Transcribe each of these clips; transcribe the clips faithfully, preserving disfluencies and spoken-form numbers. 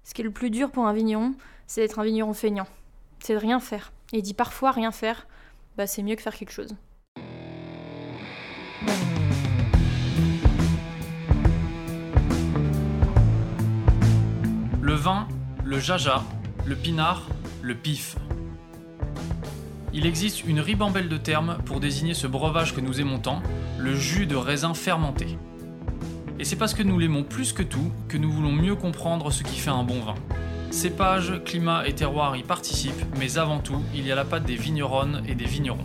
Ce qui est le plus dur pour un vigneron, c'est d'être un vigneron feignant. C'est de rien faire. Et il dit parfois rien faire, bah c'est mieux que faire quelque chose. Le vin, le jaja, le pinard, le pif. Il existe une ribambelle de termes pour désigner ce breuvage que nous aimons tant, le jus de raisin fermenté. Et c'est parce que nous l'aimons plus que tout que nous voulons mieux comprendre ce qui fait un bon vin. Cépage, climat et terroir y participent, mais avant tout, il y a la patte des vigneronnes et des vignerons.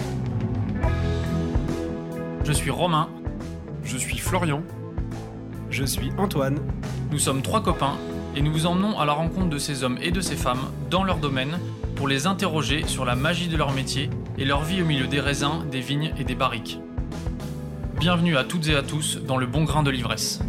Je suis Romain. Je suis Florian. Je suis Antoine. Nous sommes trois copains et nous vous emmenons à la rencontre de ces hommes et de ces femmes dans leur domaine pour les interroger sur la magie de leur métier et leur vie au milieu des raisins, des vignes et des barriques. Bienvenue à toutes et à tous dans le bon grain de l'ivresse.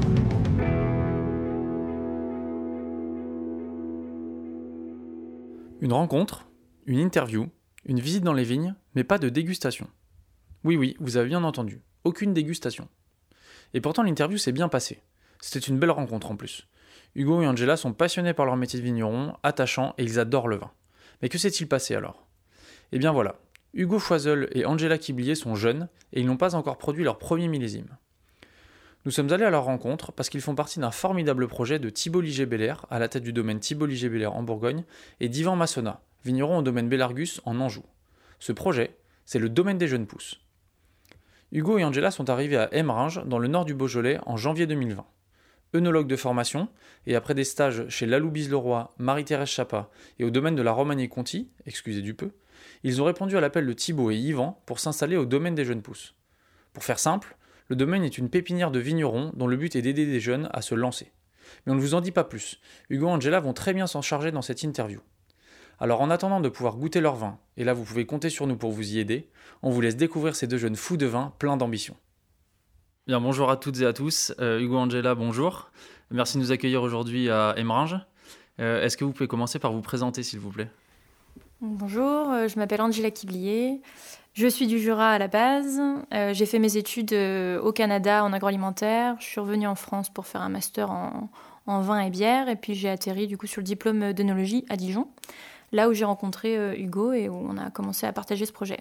Une rencontre, une interview, une visite dans les vignes, mais pas de dégustation. Oui, oui, vous avez bien entendu, aucune dégustation. Et pourtant l'interview s'est bien passée. C'était une belle rencontre en plus. Hugo et Angela sont passionnés par leur métier de vigneron, attachants et ils adorent le vin. Mais que s'est-il passé alors ? Eh bien voilà, Hugo Choiseul et Angela Quiblier sont jeunes et ils n'ont pas encore produit leur premier millésime. Nous sommes allés à leur rencontre parce qu'ils font partie d'un formidable projet de Thibault Liger-Belair à la tête du domaine Thibault Liger-Belair en Bourgogne et d'Yvan Massona, vigneron au domaine Bellargus en Anjou. Ce projet, c'est le domaine des jeunes pousses. Hugo et Angela sont arrivés à Emeringes, dans le nord du Beaujolais, en janvier deux mille vingt. Œnologues de formation, et après des stages chez Laloubise-Leroy, Marie-Thérèse Chapa et au domaine de la Romanée-Conti, excusez du peu, ils ont répondu à l'appel de Thibault et Yvan pour s'installer au domaine des jeunes pousses. Pour faire simple, le domaine est une pépinière de vignerons dont le but est d'aider des jeunes à se lancer. Mais on ne vous en dit pas plus, Hugo et Angela vont très bien s'en charger dans cette interview. Alors en attendant de pouvoir goûter leur vin, et là vous pouvez compter sur nous pour vous y aider, on vous laisse découvrir ces deux jeunes fous de vin pleins d'ambition. Bien, bonjour à toutes et à tous. Euh, Hugo, Angela, bonjour. Merci de nous accueillir aujourd'hui à Emeringes. Euh, est-ce que vous pouvez commencer par vous présenter, s'il vous plaît ? Bonjour, euh, je m'appelle Angela Quiblier. Je suis du Jura à la base. Euh, j'ai fait mes études euh, au Canada en agroalimentaire. Je suis revenue en France pour faire un master en, en vin et bière. Et puis j'ai atterri du coup sur le diplôme d'œnologie à Dijon, là où j'ai rencontré euh, Hugo et où on a commencé à partager ce projet.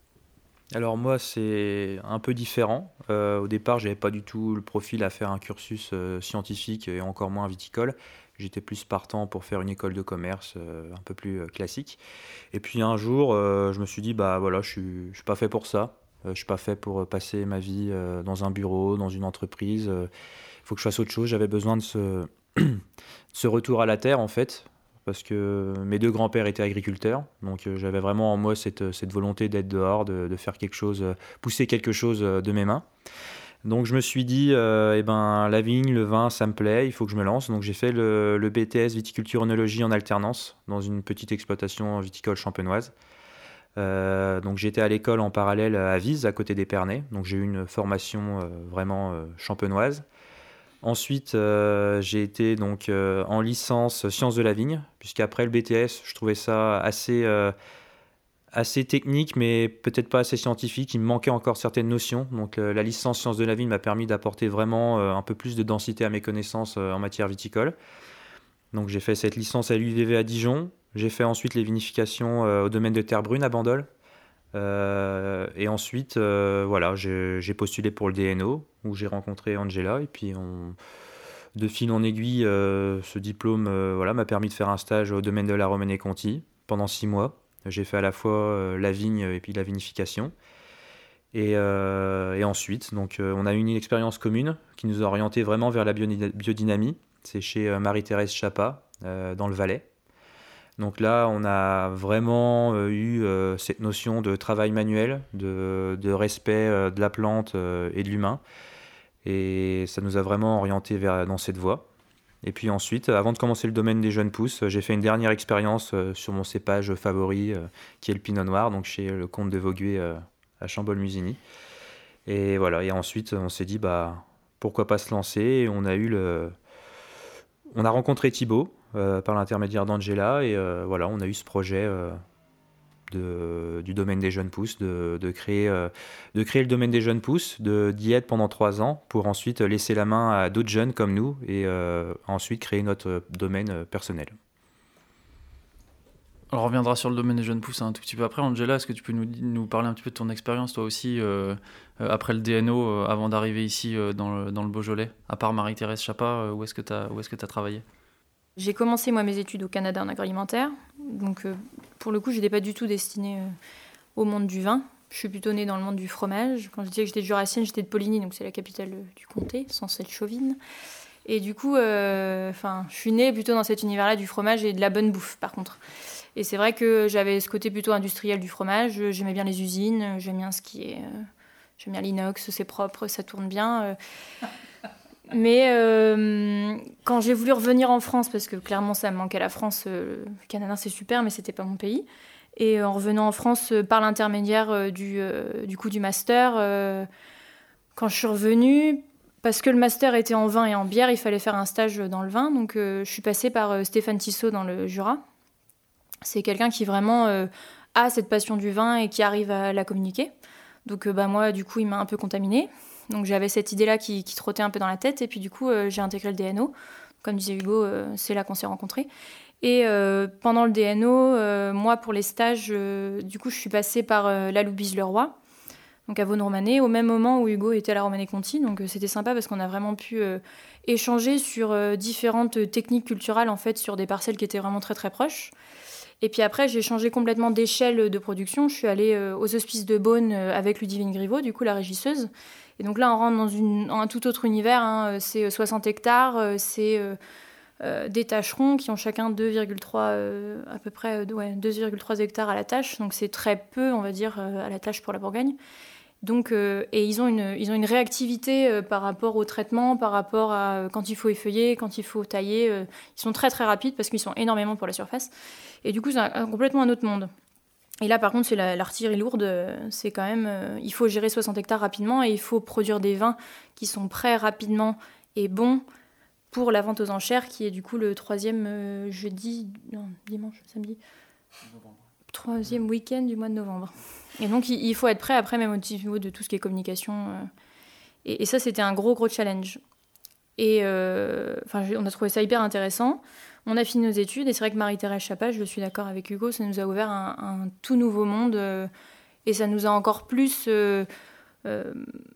Alors moi, c'est un peu différent. Euh, au départ, je n'avais pas du tout le profil à faire un cursus euh, scientifique et encore moins viticole. J'étais plus partant pour faire une école de commerce euh, un peu plus euh, classique. Et puis un jour, euh, je me suis dit, bah voilà, je ne suis pas fait pour ça. Euh, je ne suis pas fait pour euh, passer ma vie euh, dans un bureau, dans une entreprise. Il euh, faut que je fasse autre chose. J'avais besoin de ce, ce retour à la terre, en fait, parce que mes deux grands-pères étaient agriculteurs, donc euh, j'avais vraiment en moi cette, cette volonté d'être dehors, de, de faire quelque chose, euh, pousser quelque chose euh, de mes mains. Donc je me suis dit, euh, eh ben, la vigne, le vin, ça me plaît, il faut que je me lance. Donc j'ai fait le, le B T S viticulture-œnologie en alternance dans une petite exploitation viticole champenoise. Euh, donc j'étais à l'école en parallèle à Vise, à côté d'Épernay, donc j'ai eu une formation euh, vraiment euh, champenoise. Ensuite, euh, j'ai été donc euh, en licence sciences de la vigne, puisqu'après le B T S, je trouvais ça assez, euh, assez technique, mais peut-être pas assez scientifique. Il me manquait encore certaines notions. Donc euh, la licence sciences de la vigne m'a permis d'apporter vraiment euh, un peu plus de densité à mes connaissances euh, en matière viticole. Donc j'ai fait cette licence à l'U V V à Dijon. J'ai fait ensuite les vinifications euh, au domaine de Terre Brune à Bandol. Euh, et ensuite, euh, voilà, j'ai, j'ai postulé pour le D N O où j'ai rencontré Angela et puis on, de fil en aiguille, euh, ce diplôme euh, voilà, m'a permis de faire un stage au domaine de la Romanée-Conti pendant six mois. J'ai fait à la fois euh, la vigne et puis la vinification. Et, euh, et ensuite, donc, euh, on a eu une expérience commune qui nous a orientés vraiment vers la biodynamie. C'est chez euh, Marie-Thérèse Chapa, euh, dans le Valais. Donc là, on a vraiment euh, eu euh, cette notion de travail manuel, de, de respect euh, de la plante euh, et de l'humain. Et ça nous a vraiment orientés vers, dans cette voie. Et puis ensuite, avant de commencer le domaine des jeunes pousses, j'ai fait une dernière expérience euh, sur mon cépage favori, euh, qui est le Pinot Noir, donc chez le comte de Vaugué euh, à Chambol-Musigny. Et voilà, et ensuite, on s'est dit, bah, pourquoi pas se lancer ? Et on a eu le... On a rencontré Thibault, Euh, par l'intermédiaire d'Angela et euh, voilà, on a eu ce projet euh, de, du domaine des jeunes pousses, de, de, créer, euh, de créer le domaine des jeunes pousses, de, d'y être pendant trois ans pour ensuite laisser la main à d'autres jeunes comme nous et euh, ensuite créer notre domaine personnel. On reviendra sur le domaine des jeunes pousses un tout petit peu après. Angela, est-ce que tu peux nous, nous parler un petit peu de ton expérience, toi aussi, euh, euh, après le D N O, euh, avant d'arriver ici euh, dans, le, dans le Beaujolais, à part Marie-Thérèse Chapa, euh, où est-ce que tu as travaillé ? J'ai commencé, moi, mes études au Canada en agroalimentaire. Donc, euh, pour le coup, je n'étais pas du tout destinée euh, au monde du vin. Je suis plutôt née dans le monde du fromage. Quand je disais que j'étais jurassienne, j'étais de Poligny, donc c'est la capitale euh, du comté, sans cette chauvine. Et du coup, euh, je suis née plutôt dans cet univers-là du fromage et de la bonne bouffe, par contre. Et c'est vrai que j'avais ce côté plutôt industriel du fromage. J'aimais bien les usines, j'aime bien ce qui est... Euh, j'aime bien l'inox, c'est propre, ça tourne bien. Euh. Mais euh, quand j'ai voulu revenir en France, parce que clairement ça me manquait la France, euh, le Canada c'est super, mais c'était pas mon pays. Et en revenant en France euh, par l'intermédiaire euh, du, euh, du coup du master, euh, quand je suis revenue, parce que le master était en vin et en bière, il fallait faire un stage dans le vin. Donc euh, je suis passée par euh, Stéphane Tissot dans le Jura. C'est quelqu'un qui vraiment euh, a cette passion du vin et qui arrive à la communiquer. Donc euh, bah, moi, du coup, il m'a un peu contaminée. Donc j'avais cette idée-là qui, qui trottait un peu dans la tête. Et puis du coup, euh, j'ai intégré le D N O. Comme disait Hugo, euh, c'est là qu'on s'est rencontrés. Et euh, pendant le D N O, euh, moi, pour les stages, euh, du coup, je suis passée par euh, la Loubise-le-Roi, donc à Vosne-Romanée, au même moment où Hugo était à la Romanée-Conti. Donc euh, c'était sympa parce qu'on a vraiment pu euh, échanger sur euh, différentes techniques culturelles, en fait, sur des parcelles qui étaient vraiment très, très proches. Et puis après, j'ai changé complètement d'échelle de production. Je suis allée euh, aux Hospices de Beaune euh, avec Ludivine Griveaux, du coup la régisseuse. Et donc là, on rentre dans, une, dans un tout autre univers. Hein. C'est soixante hectares, euh, c'est euh, euh, des tâcherons qui ont chacun deux virgule trois, euh, à peu près euh, ouais, deux virgule trois hectares à la tâche. Donc c'est très peu, on va dire, euh, à la tâche pour la Bourgogne. Donc, euh, et ils ont une, ils ont une réactivité euh, par rapport au traitement, par rapport à euh, quand il faut effeuiller, quand il faut tailler. Euh, ils sont très très rapides parce qu'ils sont énormément pour la surface. Et du coup, c'est un, un, complètement un autre monde. Et là, par contre, c'est la, l'artillerie lourde. Euh, c'est quand même, euh, il faut gérer soixante hectares rapidement et il faut produire des vins qui sont prêts rapidement et bons pour la vente aux enchères, qui est du coup le troisième euh, jeudi, non, dimanche, samedi, novembre. Troisième week-end du mois de novembre. Et donc, il faut être prêt après, même au niveau de tout ce qui est communication. Et, et ça, c'était un gros, gros challenge. Et euh, on a trouvé ça hyper intéressant. On a fini nos études. Et c'est vrai que Marie-Thérèse Chapa, je suis d'accord avec Hugo, ça nous a ouvert un, un tout nouveau monde. Euh, et ça nous a encore plus euh, euh,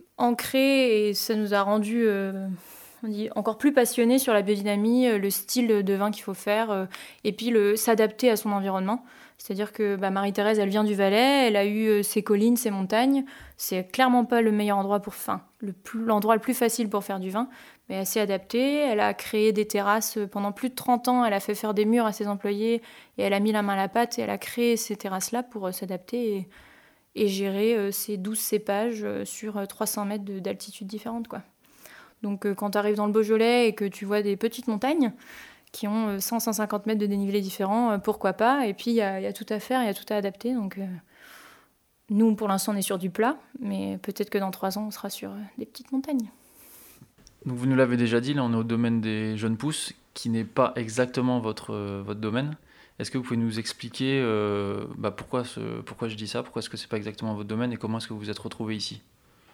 ancré et ça nous a rendu euh, on dit, encore plus passionnés sur la biodynamie, le style de vin qu'il faut faire euh, et puis le, s'adapter à son environnement. C'est-à-dire que bah, Marie-Thérèse, elle vient du Valais, elle a eu euh, ses collines, ses montagnes. C'est clairement pas le meilleur endroit pour fin, le plus, l'endroit le plus facile pour faire du vin, mais elle s'est adaptée. Elle a créé des terrasses pendant plus de trente ans. Elle a fait faire des murs à ses employés et elle a mis la main à la pâte et elle a créé ces terrasses-là pour euh, s'adapter et, et gérer euh, ces douze cépages euh, sur euh, trois cents mètres de, d'altitude différente, quoi. Donc euh, quand tu arrives dans le Beaujolais et que tu vois des petites montagnes qui ont cent à cent cinquante mètres de dénivelé différents, pourquoi pas. Et puis, il y, y a tout à faire, il y a tout à adapter. Donc, euh, nous, pour l'instant, on est sur du plat, mais peut-être que dans trois ans, on sera sur euh, des petites montagnes. Donc, vous nous l'avez déjà dit, là, on est au domaine des jeunes pousses, qui n'est pas exactement votre, euh, votre domaine. Est-ce que vous pouvez nous expliquer euh, bah, pourquoi, ce, pourquoi je dis ça, pourquoi est-ce que ce n'est pas exactement votre domaine et comment est-ce que vous vous êtes retrouvés ici ?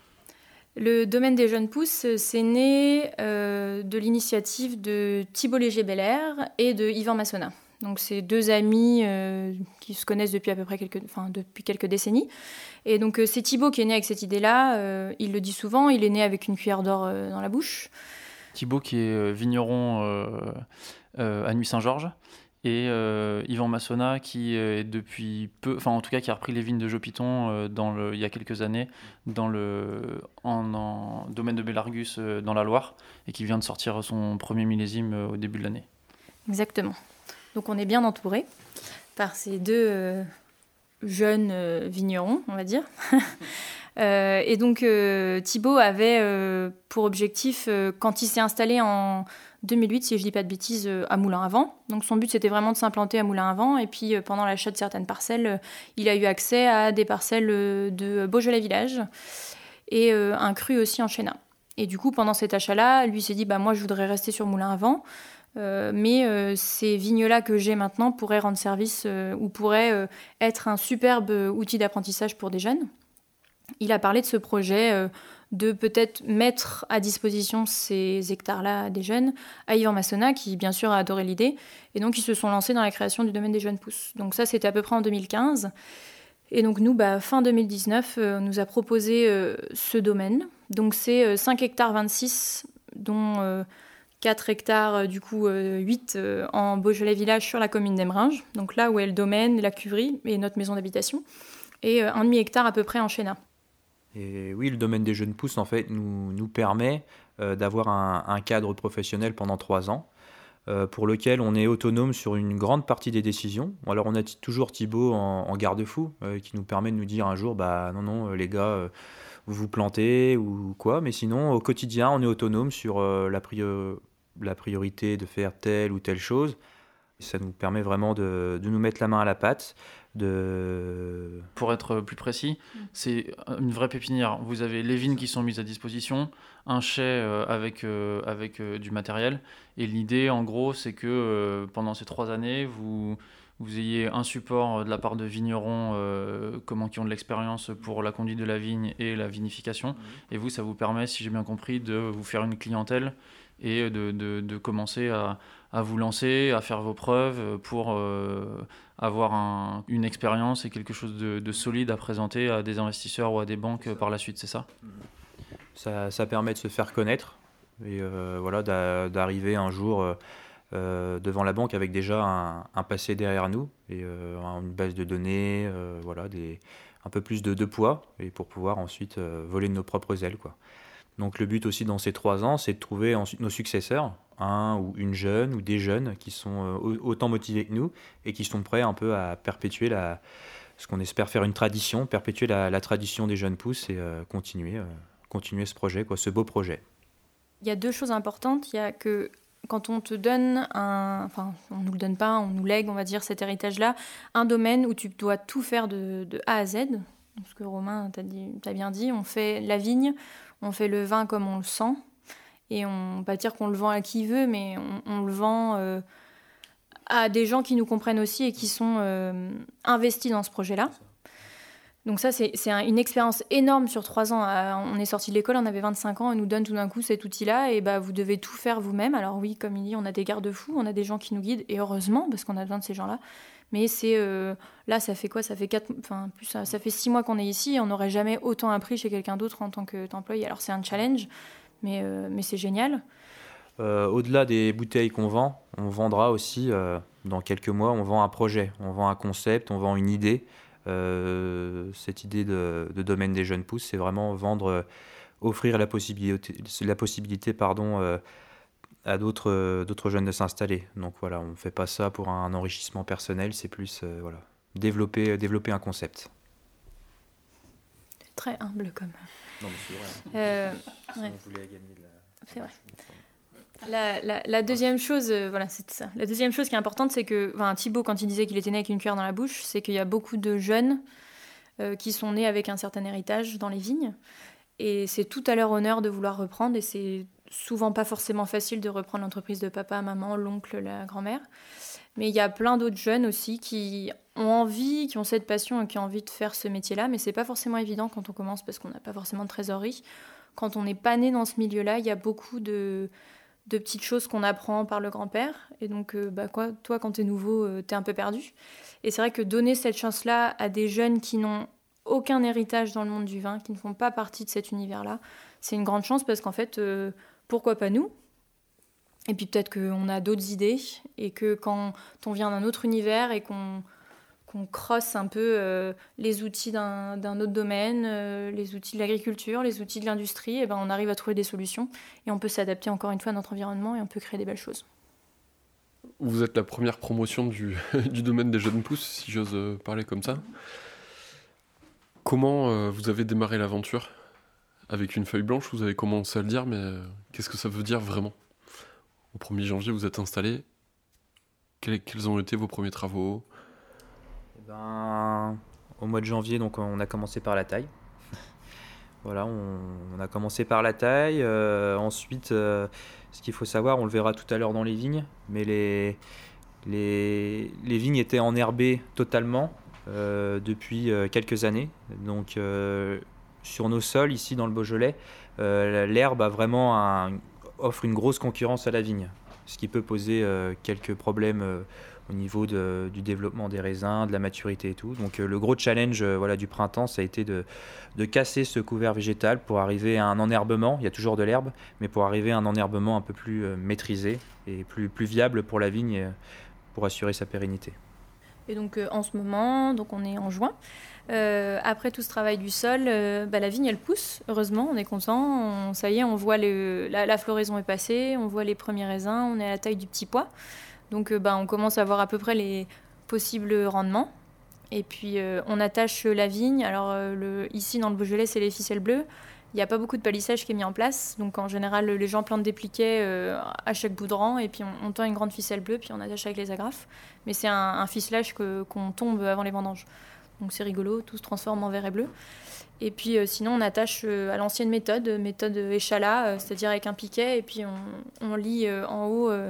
Le domaine des jeunes pousses, c'est né euh, de l'initiative de Thibault Léger-Belair et de Yvan Massonat. Donc, c'est deux amis euh, qui se connaissent depuis à peu près quelques, enfin, depuis quelques décennies. Et donc, euh, c'est Thibault qui est né avec cette idée-là. Euh, il le dit souvent, il est né avec une cuillère d'or euh, dans la bouche. Thibault qui est vigneron euh, euh, à Nuit-Saint-Georges. Et euh, Yvan Massonat qui est depuis peu, enfin en tout cas qui a repris les vignes de Jopiton euh, dans le, il y a quelques années dans le en, en domaine de Bellargus euh, dans la Loire et qui vient de sortir son premier millésime euh, au début de l'année. Exactement. Donc on est bien entouré par ces deux euh, jeunes euh, vignerons, on va dire. euh, et donc euh, Thibault avait euh, pour objectif euh, quand il s'est installé en deux mille huit, si je ne dis pas de bêtises, à Moulins-à-Vent. Donc son but, c'était vraiment de s'implanter à Moulins-à-Vent. Et puis, pendant l'achat de certaines parcelles, il a eu accès à des parcelles de Beaujolais Village et un cru aussi en Chénin. Et du coup, pendant cet achat-là, lui s'est dit, bah, moi, je voudrais rester sur Moulins-à-Vent. Euh, mais euh, ces vignes-là que j'ai maintenant pourraient rendre service euh, ou pourraient euh, être un superbe outil d'apprentissage pour des jeunes. Il a parlé de ce projet euh, de peut-être mettre à disposition ces hectares-là à des jeunes, à Yvan Massona, qui bien sûr a adoré l'idée, et donc ils se sont lancés dans la création du domaine des jeunes pousses. Donc ça, c'était à peu près en deux mille quinze. Et donc nous, bah, fin deux mille dix-neuf, euh, on nous a proposé euh, ce domaine. Donc c'est euh, cinq hectares vingt-six, dont euh, quatre hectares, euh, du coup euh, huit euh, en Beaujolais Village sur la commune d'Emeringes, donc là où est le domaine, la cuverie et notre maison d'habitation, et euh, un demi-hectare à peu près en Chénat. Et oui, le domaine des jeunes pousses, en fait, nous, nous permet euh, d'avoir un, un cadre professionnel pendant trois ans, euh, pour lequel on est autonome sur une grande partie des décisions. Alors on a t- toujours Thibaut en, en garde-fou, euh, qui nous permet de nous dire un jour, bah non, non, euh, les gars, euh, vous vous plantez ou quoi, mais sinon, au quotidien, on est autonome sur euh, la, prio- la priorité de faire telle ou telle chose. Ça nous permet vraiment de, de nous mettre la main à la pâte. De... Pour être plus précis, c'est une vraie pépinière. Vous avez les vignes qui sont mises à disposition, un chai euh, avec, euh, avec euh, du matériel. Et l'idée, en gros, c'est que euh, pendant ces trois années, vous, vous ayez un support de la part de vignerons euh, comment, qui ont de l'expérience pour la conduite de la vigne et la vinification. Et vous, ça vous permet, si j'ai bien compris, de vous faire une clientèle et de, de, de commencer à, à vous lancer, à faire vos preuves pour euh, avoir un, une expérience et quelque chose de, de solide à présenter à des investisseurs ou à des banques par la suite, c'est ça ? Ça, ça permet de se faire connaître et euh, voilà, d'a- d'arriver un jour euh, euh, devant la banque avec déjà un, un passé derrière nous et euh, une base de données, euh, voilà, des, un peu plus de, de poids et pour pouvoir ensuite euh, voler de nos propres ailes, quoi. Donc le but aussi dans ces trois ans, c'est de trouver ensuite nos successeurs, un ou une jeune ou des jeunes qui sont euh, autant motivés que nous et qui sont prêts un peu à perpétuer la, ce qu'on espère faire une tradition, perpétuer la, la tradition des jeunes pousses et euh, continuer, euh, continuer ce projet, quoi, ce beau projet. Il y a deux choses importantes. Il y a que quand on te donne un... Enfin, on ne nous le donne pas, on nous lègue, on va dire, cet héritage-là, un domaine où tu dois tout faire de, de A à Z. Ce que Romain t'a dit, t'a bien dit, on fait la vigne, on fait le vin comme on le sent. Et on pas dire qu'on le vend à qui veut, mais on, on le vend euh, à des gens qui nous comprennent aussi et qui sont euh, investis dans ce projet-là. Donc ça, c'est, c'est un- une expérience énorme sur trois ans. Euh, on est sorti de l'école, on avait vingt-cinq ans, on nous donne tout d'un coup cet outil-là, et bah, vous devez tout faire vous-même. Alors oui, comme il dit, on a des garde-fous, on a des gens qui nous guident, et heureusement, parce qu'on a besoin de ces gens-là. Mais c'est euh, là, ça fait quoi ? Ça fait quatre, enfin plus, ça, ça fait six mois qu'on est ici, et on n'aurait jamais autant appris chez quelqu'un d'autre en tant qu'employé. Alors c'est un challenge, mais, euh, mais c'est génial. Euh, au-delà des bouteilles qu'on vend, on vendra aussi, euh, dans quelques mois, on vend un projet, on vend un concept, on vend une idée. Euh, cette idée de, de domaine des jeunes pousses, c'est vraiment vendre, euh, offrir la possibilité, la possibilité pardon, euh, à d'autres, euh, d'autres jeunes de s'installer. Donc voilà, on ne fait pas ça pour un enrichissement personnel, c'est plus euh, voilà, développer, développer un concept. C'est très humble comme. Non, mais c'est vrai. Euh, Si ouais. on voulait gagner de la... C'est vrai. La, la, la deuxième chose, euh, voilà, c'est ça. La deuxième chose qui est importante, c'est que, enfin, Thibaut, quand il disait qu'il était né avec une cuillère dans la bouche, c'est qu'il y a beaucoup de jeunes euh, qui sont nés avec un certain héritage dans les vignes, et c'est tout à leur honneur de vouloir reprendre, et c'est souvent pas forcément facile de reprendre l'entreprise de papa, maman, l'oncle, la grand-mère. Mais il y a plein d'autres jeunes aussi qui ont envie, qui ont cette passion et qui ont envie de faire ce métier-là, mais c'est pas forcément évident quand on commence parce qu'on n'a pas forcément de trésorerie. Quand on n'est pas né dans ce milieu-là, il y a beaucoup de de petites choses qu'on apprend par le grand-père. Et donc, euh, bah quoi, toi, quand t'es nouveau, euh, t'es un peu perdu. Et c'est vrai que donner cette chance-là à des jeunes qui n'ont aucun héritage dans le monde du vin, qui ne font pas partie de cet univers-là, c'est une grande chance parce qu'en fait, euh, pourquoi pas nous ? Et puis peut-être qu'on a d'autres idées et que quand on vient d'un autre univers et qu'on qu'on crosse un peu euh, les outils d'un, d'un autre domaine, euh, les outils de l'agriculture, les outils de l'industrie, et ben on arrive à trouver des solutions et on peut s'adapter encore une fois à notre environnement et on peut créer des belles choses. Vous êtes la première promotion du, du domaine des jeunes pousses, si j'ose euh, parler comme ça. Comment euh, vous avez démarré l'aventure ? Avec une feuille blanche, vous avez commencé à le dire, mais euh, qu'est-ce que ça veut dire vraiment ? Au premier janvier, vous êtes installé. Quels, quels ont été vos premiers travaux ? Eh ben, au mois de janvier, donc, on a commencé par la taille. Voilà, on, on a commencé par la taille. Euh, ensuite, euh, ce qu'il faut savoir, on le verra tout à l'heure dans les vignes, mais les, les, les vignes étaient enherbées totalement euh, depuis euh, quelques années. Donc, euh, sur nos sols, ici dans le Beaujolais, euh, l'herbe a vraiment un, offre une grosse concurrence à la vigne, ce qui peut poser euh, quelques problèmes euh, au niveau de, du développement des raisins, de la maturité et tout. Donc euh, le gros challenge euh, voilà, du printemps, ça a été de, de casser ce couvert végétal pour arriver à un enherbement. Il y a toujours de l'herbe, mais pour arriver à un enherbement un peu plus euh, maîtrisé et plus, plus viable pour la vigne euh, pour assurer sa pérennité. Et donc euh, en ce moment, donc on est en juin, euh, après tout ce travail du sol, euh, bah, la vigne elle pousse, heureusement, on est content, on, ça y est, on voit le, la, la floraison est passée, on voit les premiers raisins, on est à la taille du petit pois. Donc euh, bah, on commence à voir à peu près les possibles rendements. Et puis euh, on attache la vigne. Alors euh, le, ici dans le Beaujolais, c'est les ficelles bleues. Il n'y a pas beaucoup de palissage qui est mis en place. Donc en général, les gens plantent des pliquets euh, à chaque bout de rang. Et puis on, on tend une grande ficelle bleue, puis on attache avec les agrafes. Mais c'est un, un ficelage que, qu'on tombe avant les vendanges. Donc c'est rigolo, tout se transforme en vert et bleu. Et puis euh, sinon, on attache euh, à l'ancienne méthode, méthode échalas, euh, c'est-à-dire avec un piquet. Et puis on, on lie euh, en haut... Euh,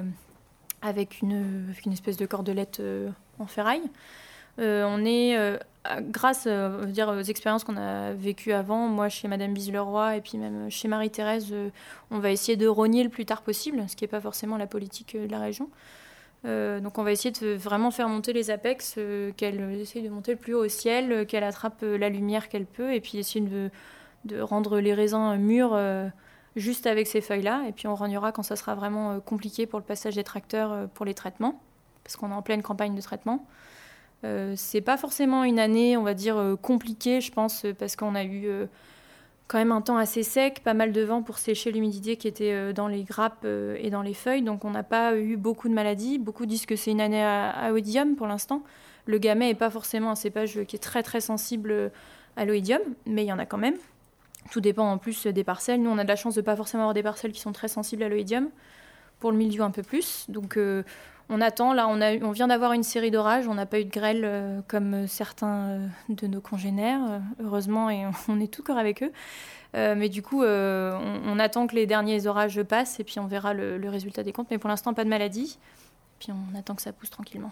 avec une, avec une espèce de cordelette euh, en ferraille. Euh, on est, euh, grâce euh, dire, aux expériences qu'on a vécues avant, moi chez Madame Bise-Leroy et puis même chez Marie-Thérèse, euh, on va essayer de rogner le plus tard possible, ce qui n'est pas forcément la politique euh, de la région. Euh, donc on va essayer de vraiment faire monter les apex, euh, qu'elle essaye de monter le plus haut au ciel, euh, qu'elle attrape euh, la lumière qu'elle peut, et puis essayer de, de rendre les raisins mûrs euh, juste avec ces feuilles-là, et puis on rognera quand ça sera vraiment compliqué pour le passage des tracteurs pour les traitements, parce qu'on est en pleine campagne de traitement. Euh, c'est pas forcément une année, on va dire, euh, compliquée, je pense, parce qu'on a eu euh, quand même un temps assez sec, pas mal de vent pour sécher l'humidité qui était euh, dans les grappes euh, et dans les feuilles, donc on n'a pas eu beaucoup de maladies. Beaucoup disent que c'est une année à, à oïdium pour l'instant. Le gamay n'est pas forcément un cépage qui est très très sensible à l'oïdium, mais il y en a quand même. Tout dépend en plus des parcelles. Nous, on a de la chance de ne pas forcément avoir des parcelles qui sont très sensibles à l'oïdium. Pour le mildiou, un peu plus. Donc, euh, on attend. Là, on, a, on vient d'avoir une série d'orages. On n'a pas eu de grêle euh, comme certains euh, de nos congénères, euh, heureusement, et on est tout cœur avec eux. Euh, mais du coup, euh, on, on attend que les derniers orages passent et puis on verra le, le résultat des comptes. Mais pour l'instant, pas de maladie. Puis on attend que ça pousse tranquillement.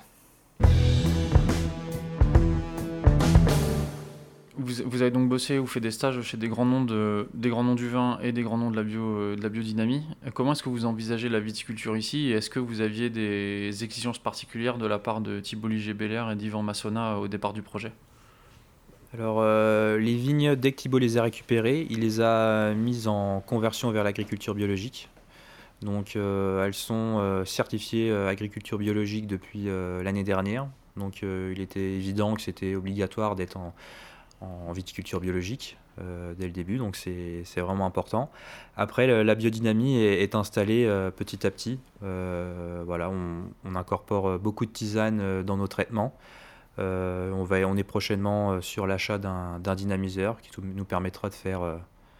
Vous, vous avez donc bossé ou fait des stages chez des grands noms, de, des grands noms du vin et des grands noms de la, bio, de la biodynamie. Comment est-ce que vous envisagez la viticulture ici, et est-ce que vous aviez des exigences particulières de la part de Thibault Ligier-Belair et d'Yvan Massona au départ du projet ? Alors euh, les vignes, dès que Thibault les a récupérées, il les a mises en conversion vers l'agriculture biologique. Donc euh, elles sont euh, certifiées euh, agriculture biologique depuis euh, l'année dernière. Donc euh, il était évident que c'était obligatoire d'être en en viticulture biologique euh, dès le début, donc c'est, c'est vraiment important. Après, le, la biodynamie est, est installée euh, petit à petit. Euh, voilà, on, on incorpore beaucoup de tisanes dans nos traitements. Euh, on, va, on est prochainement sur l'achat d'un, d'un dynamiseur qui tout, nous permettra de faire euh,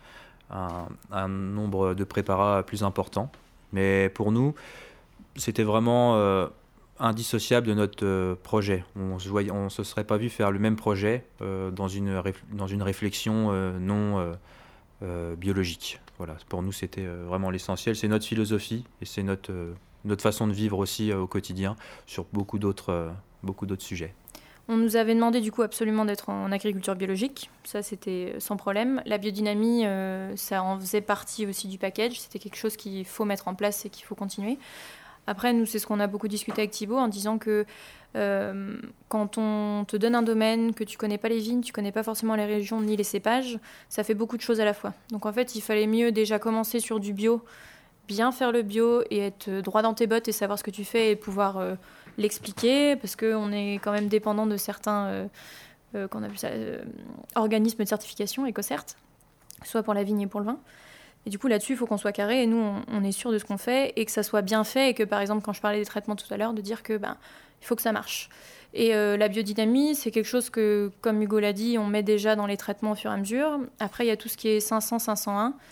un, un nombre de préparats plus important. Mais pour nous, c'était vraiment... Euh, indissociable de notre euh, projet. On ne se serait pas vu faire le même projet euh, dans, une réf- dans une réflexion euh, non euh, euh, biologique. Voilà. Pour nous, c'était euh, vraiment l'essentiel. C'est notre philosophie et c'est notre, euh, notre façon de vivre aussi euh, au quotidien sur beaucoup d'autres, euh, beaucoup d'autres sujets. On nous avait demandé du coup absolument d'être en agriculture biologique, ça c'était sans problème. La biodynamie, euh, ça en faisait partie aussi du package, c'était quelque chose qu'il faut mettre en place et qu'il faut continuer. Après, nous, c'est ce qu'on a beaucoup discuté avec Thibault en disant que euh, quand on te donne un domaine, que tu connais pas les vignes, tu connais pas forcément les régions ni les cépages, ça fait beaucoup de choses à la fois. Donc en fait, il fallait mieux déjà commencer sur du bio, bien faire le bio et être droit dans tes bottes et savoir ce que tu fais et pouvoir euh, l'expliquer, parce qu'on est quand même dépendant de certains euh, euh, qu'on a vu ça, euh, organismes de certification, Ecocert, soit pour la vigne et pour le vin. Et du coup, là-dessus, il faut qu'on soit carré et nous, on, on est sûr de ce qu'on fait et que ça soit bien fait et que, par exemple, quand je parlais des traitements tout à l'heure, de dire que ben, il faut que ça marche. Et euh, la biodynamie, c'est quelque chose que, comme Hugo l'a dit, on met déjà dans les traitements au fur et à mesure. Après, il y a tout ce qui est cinq cents, cinq cent un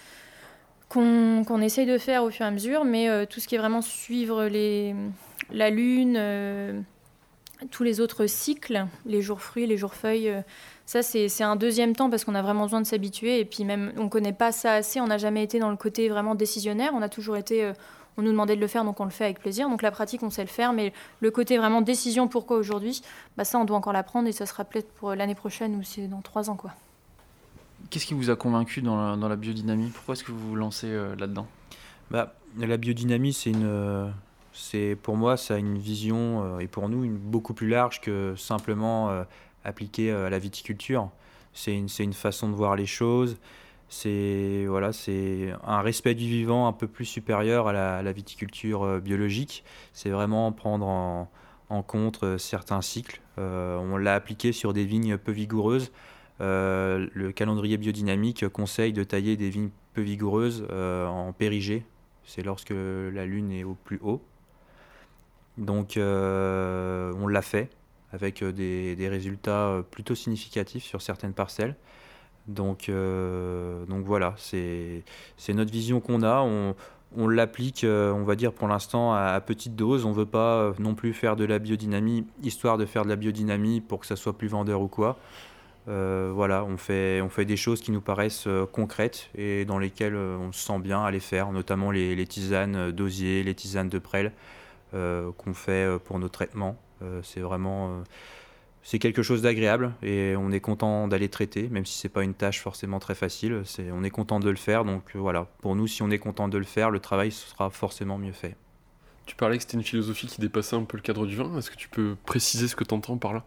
qu'on, qu'on essaye de faire au fur et à mesure, mais euh, tout ce qui est vraiment suivre les, la lune, euh, tous les autres cycles, les jours fruits, les jours feuilles, euh, ça c'est, c'est un deuxième temps parce qu'on a vraiment besoin de s'habituer. Et puis même, on ne connaît pas ça assez, on n'a jamais été dans le côté vraiment décisionnaire. On a toujours été, euh, on nous demandait de le faire, donc on le fait avec plaisir. Donc la pratique, on sait le faire, mais le côté vraiment décision, pourquoi aujourd'hui, bah ça on doit encore l'apprendre et ça sera peut-être pour l'année prochaine ou c'est dans trois ans, quoi. Qu'est-ce qui vous a convaincu dans la, dans la biodynamie ? Pourquoi est-ce que vous vous lancez euh, là-dedans ? Bah, la biodynamie, c'est une, euh, c'est, pour moi, ça a une vision, euh, et pour nous, une, beaucoup plus large que simplement euh, appliquée euh, à la viticulture. C'est une, c'est une façon de voir les choses, c'est, voilà, c'est un respect du vivant un peu plus supérieur à la, à la viticulture euh, biologique. C'est vraiment prendre en, en compte euh, certains cycles. Euh, on l'a appliqué sur des vignes peu vigoureuses. Euh, le calendrier biodynamique conseille de tailler des vignes peu vigoureuses euh, en périgée. C'est lorsque la lune est au plus haut. Donc euh, on l'a fait avec des, des résultats plutôt significatifs sur certaines parcelles. Donc, euh, donc voilà, c'est, c'est notre vision qu'on a. On, on l'applique, euh, on va dire pour l'instant, à, à petite dose. On ne veut pas non plus faire de la biodynamie, histoire de faire de la biodynamie pour que ça soit plus vendeur ou quoi. Euh, voilà, on fait, on fait des choses qui nous paraissent euh, concrètes et dans lesquelles euh, on se sent bien à les faire, notamment les, les tisanes d'osier, les tisanes de prêle euh, qu'on fait euh, pour nos traitements. Euh, c'est vraiment euh, c'est quelque chose d'agréable et on est content d'aller traiter, même si c'est pas une tâche forcément très facile. C'est, on est content de le faire, donc euh, voilà. Pour nous, si on est content de le faire, le travail sera forcément mieux fait. Tu parlais que c'était une philosophie qui dépassait un peu le cadre du vin. Est-ce que tu peux préciser ce que tu entends par là ?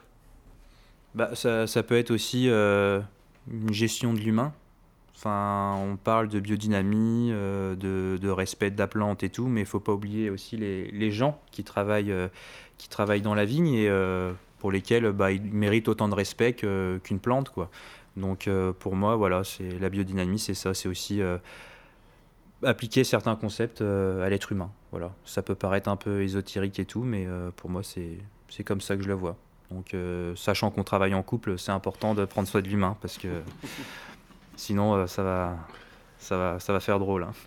Bah, ça, ça peut être aussi euh, une gestion de l'humain. Enfin, on parle de biodynamie, euh, de, de respect de la plante et tout, mais il ne faut pas oublier aussi les, les gens qui travaillent, euh, qui travaillent dans la vigne et euh, pour lesquels bah, ils méritent autant de respect que, qu'une plante, quoi. Donc euh, pour moi, voilà, c'est, la biodynamie, c'est ça, c'est aussi euh, appliquer certains concepts euh, à l'être humain. Voilà. Ça peut paraître un peu ésotérique et tout, mais euh, pour moi, c'est, c'est comme ça que je le vois. Donc, euh, sachant qu'on travaille en couple, c'est important de prendre soin de l'humain parce que sinon, euh, ça va, ça va, ça va faire drôle. Hein.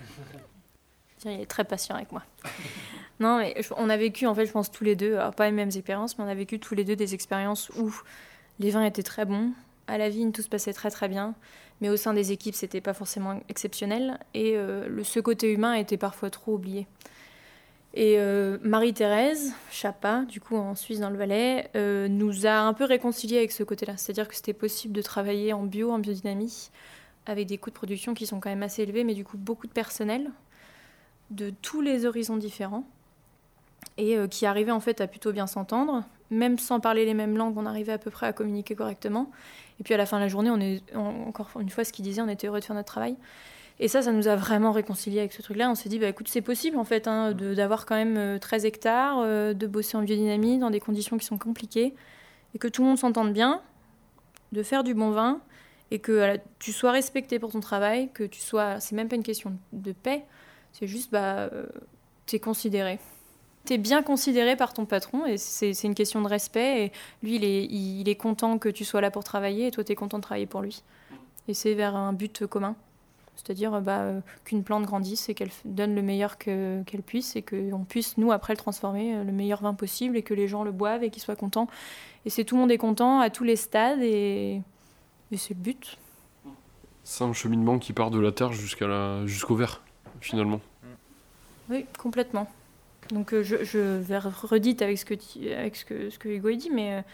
Il est très patient avec moi. Non, mais je- on a vécu, en fait, je pense tous les deux, alors pas les mêmes expériences, mais on a vécu tous les deux des expériences où les vins étaient très bons, à la vigne tout se passait très très bien, mais au sein des équipes c'était pas forcément exceptionnel et euh, le, ce côté humain était parfois trop oublié. Et euh, Marie-Thérèse Chapa, du coup en Suisse dans le Valais, euh, nous a un peu réconciliés avec ce côté-là. C'est-à-dire que c'était possible de travailler en bio, en biodynamie, avec des coûts de production qui sont quand même assez élevés, mais du coup beaucoup de personnel, de tous les horizons différents, et euh, qui arrivaient en fait à plutôt bien s'entendre. Même sans parler les mêmes langues, on arrivait à peu près à communiquer correctement. Et puis à la fin de la journée, on est, on, encore une fois, ce qu'il disait, on était heureux de faire notre travail. Et ça, ça nous a vraiment réconciliés avec ce truc-là. On s'est dit, bah, écoute, c'est possible en fait hein, de, d'avoir quand même euh, treize hectares, euh, de bosser en biodynamie dans des conditions qui sont compliquées, et que tout le monde s'entende bien, de faire du bon vin, et que euh, tu sois respecté pour ton travail, que tu sois... C'est même pas une question de paix, c'est juste, bah, euh, t'es considéré. T'es bien considéré par ton patron, et c'est, c'est une question de respect, et lui, il est, il, il est content que tu sois là pour travailler, et toi, t'es content de travailler pour lui. Et c'est vers un but commun. C'est-à-dire bah, euh, qu'une plante grandisse et qu'elle f- donne le meilleur que, qu'elle puisse et qu'on puisse, nous, après, le transformer euh, le meilleur vin possible et que les gens le boivent et qu'ils soient contents. Et c'est tout le monde est content à tous les stades et, et c'est le but. C'est un cheminement qui part de la terre jusqu'à la... jusqu'au verre, finalement. Oui, complètement. Donc euh, je, je vais redite avec ce que, tu- avec ce que, ce que Hugo a dit, mais euh,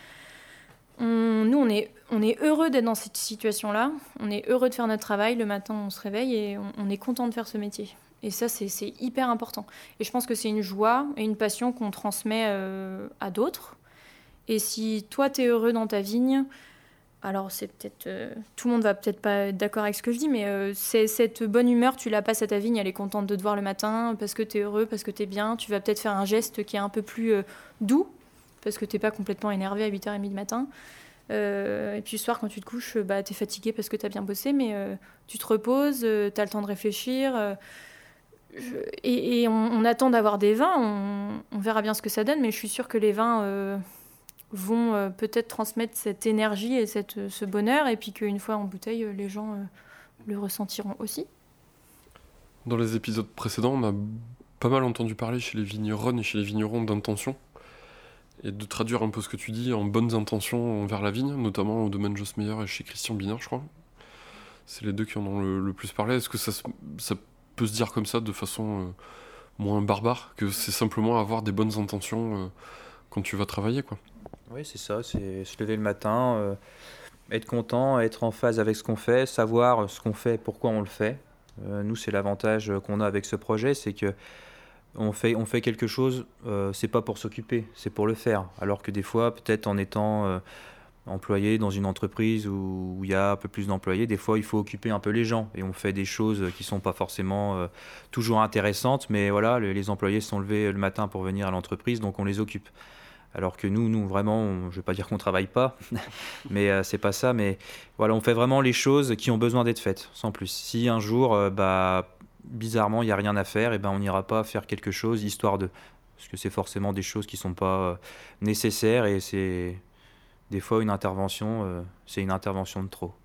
on, nous, on est, on est heureux d'être dans cette situation-là. On est heureux de faire notre travail. Le matin, on se réveille et on, on est content de faire ce métier. Et ça, c'est, c'est hyper important. Et je pense que c'est une joie et une passion qu'on transmet euh, à d'autres. Et si toi, tu es heureux dans ta vigne, alors c'est peut-être... euh, tout le monde va peut-être pas être d'accord avec ce que je dis, mais euh, c'est, cette bonne humeur, tu la passes à ta vigne, elle est contente de te voir le matin parce que tu es heureux, parce que tu es bien. Tu vas peut-être faire un geste qui est un peu plus euh, doux, parce que t'es pas complètement énervé à huit heures trente du matin. Euh, et puis le soir, quand tu te couches, bah, t'es fatigué parce que t'as bien bossé, mais euh, tu te reposes, euh, t'as le temps de réfléchir. Euh, je- et et on, on attend d'avoir des vins, on, on verra bien ce que ça donne, mais je suis sûre que les vins euh, vont euh, peut-être transmettre cette énergie et cette, ce bonheur, et puis qu'une fois en bouteille, euh, les gens euh, le ressentiront aussi. Dans les épisodes précédents, on a pas mal entendu parler chez les vignerons et chez les vignerons d'intention. et de traduire un peu ce que tu dis en bonnes intentions envers la vigne, notamment au domaine Joss Meyer et chez Christian Biner, je crois. C'est les deux qui en ont le, le plus parlé. Est-ce que ça, ça peut se dire comme ça de façon euh, moins barbare, que c'est simplement avoir des bonnes intentions euh, quand tu vas travailler, quoi? Oui, c'est ça, c'est se lever le matin, euh, être content, être en phase avec ce qu'on fait, savoir ce qu'on fait, pourquoi on le fait. Euh, nous, c'est l'avantage qu'on a avec ce projet, c'est que on fait, on fait quelque chose, euh, c'est pas pour s'occuper, c'est pour le faire. Alors que des fois, peut-être en étant euh, employé dans une entreprise où il y a un peu plus d'employés, des fois, il faut occuper un peu les gens. Et on fait des choses qui sont pas forcément euh, toujours intéressantes, mais voilà, les, les employés se sont levés le matin pour venir à l'entreprise, donc on les occupe. Alors que nous, nous vraiment, on, je ne vais pas dire qu'on ne travaille pas, mais euh, c'est pas ça. Mais voilà, on fait vraiment les choses qui ont besoin d'être faites, sans plus. Si un jour, euh, bah, bizarrement, il n'y a rien à faire, et ben on n'ira pas faire quelque chose histoire de... Parce que c'est forcément des choses qui ne sont pas euh, nécessaires, et c'est des fois une intervention, euh, c'est une intervention de trop.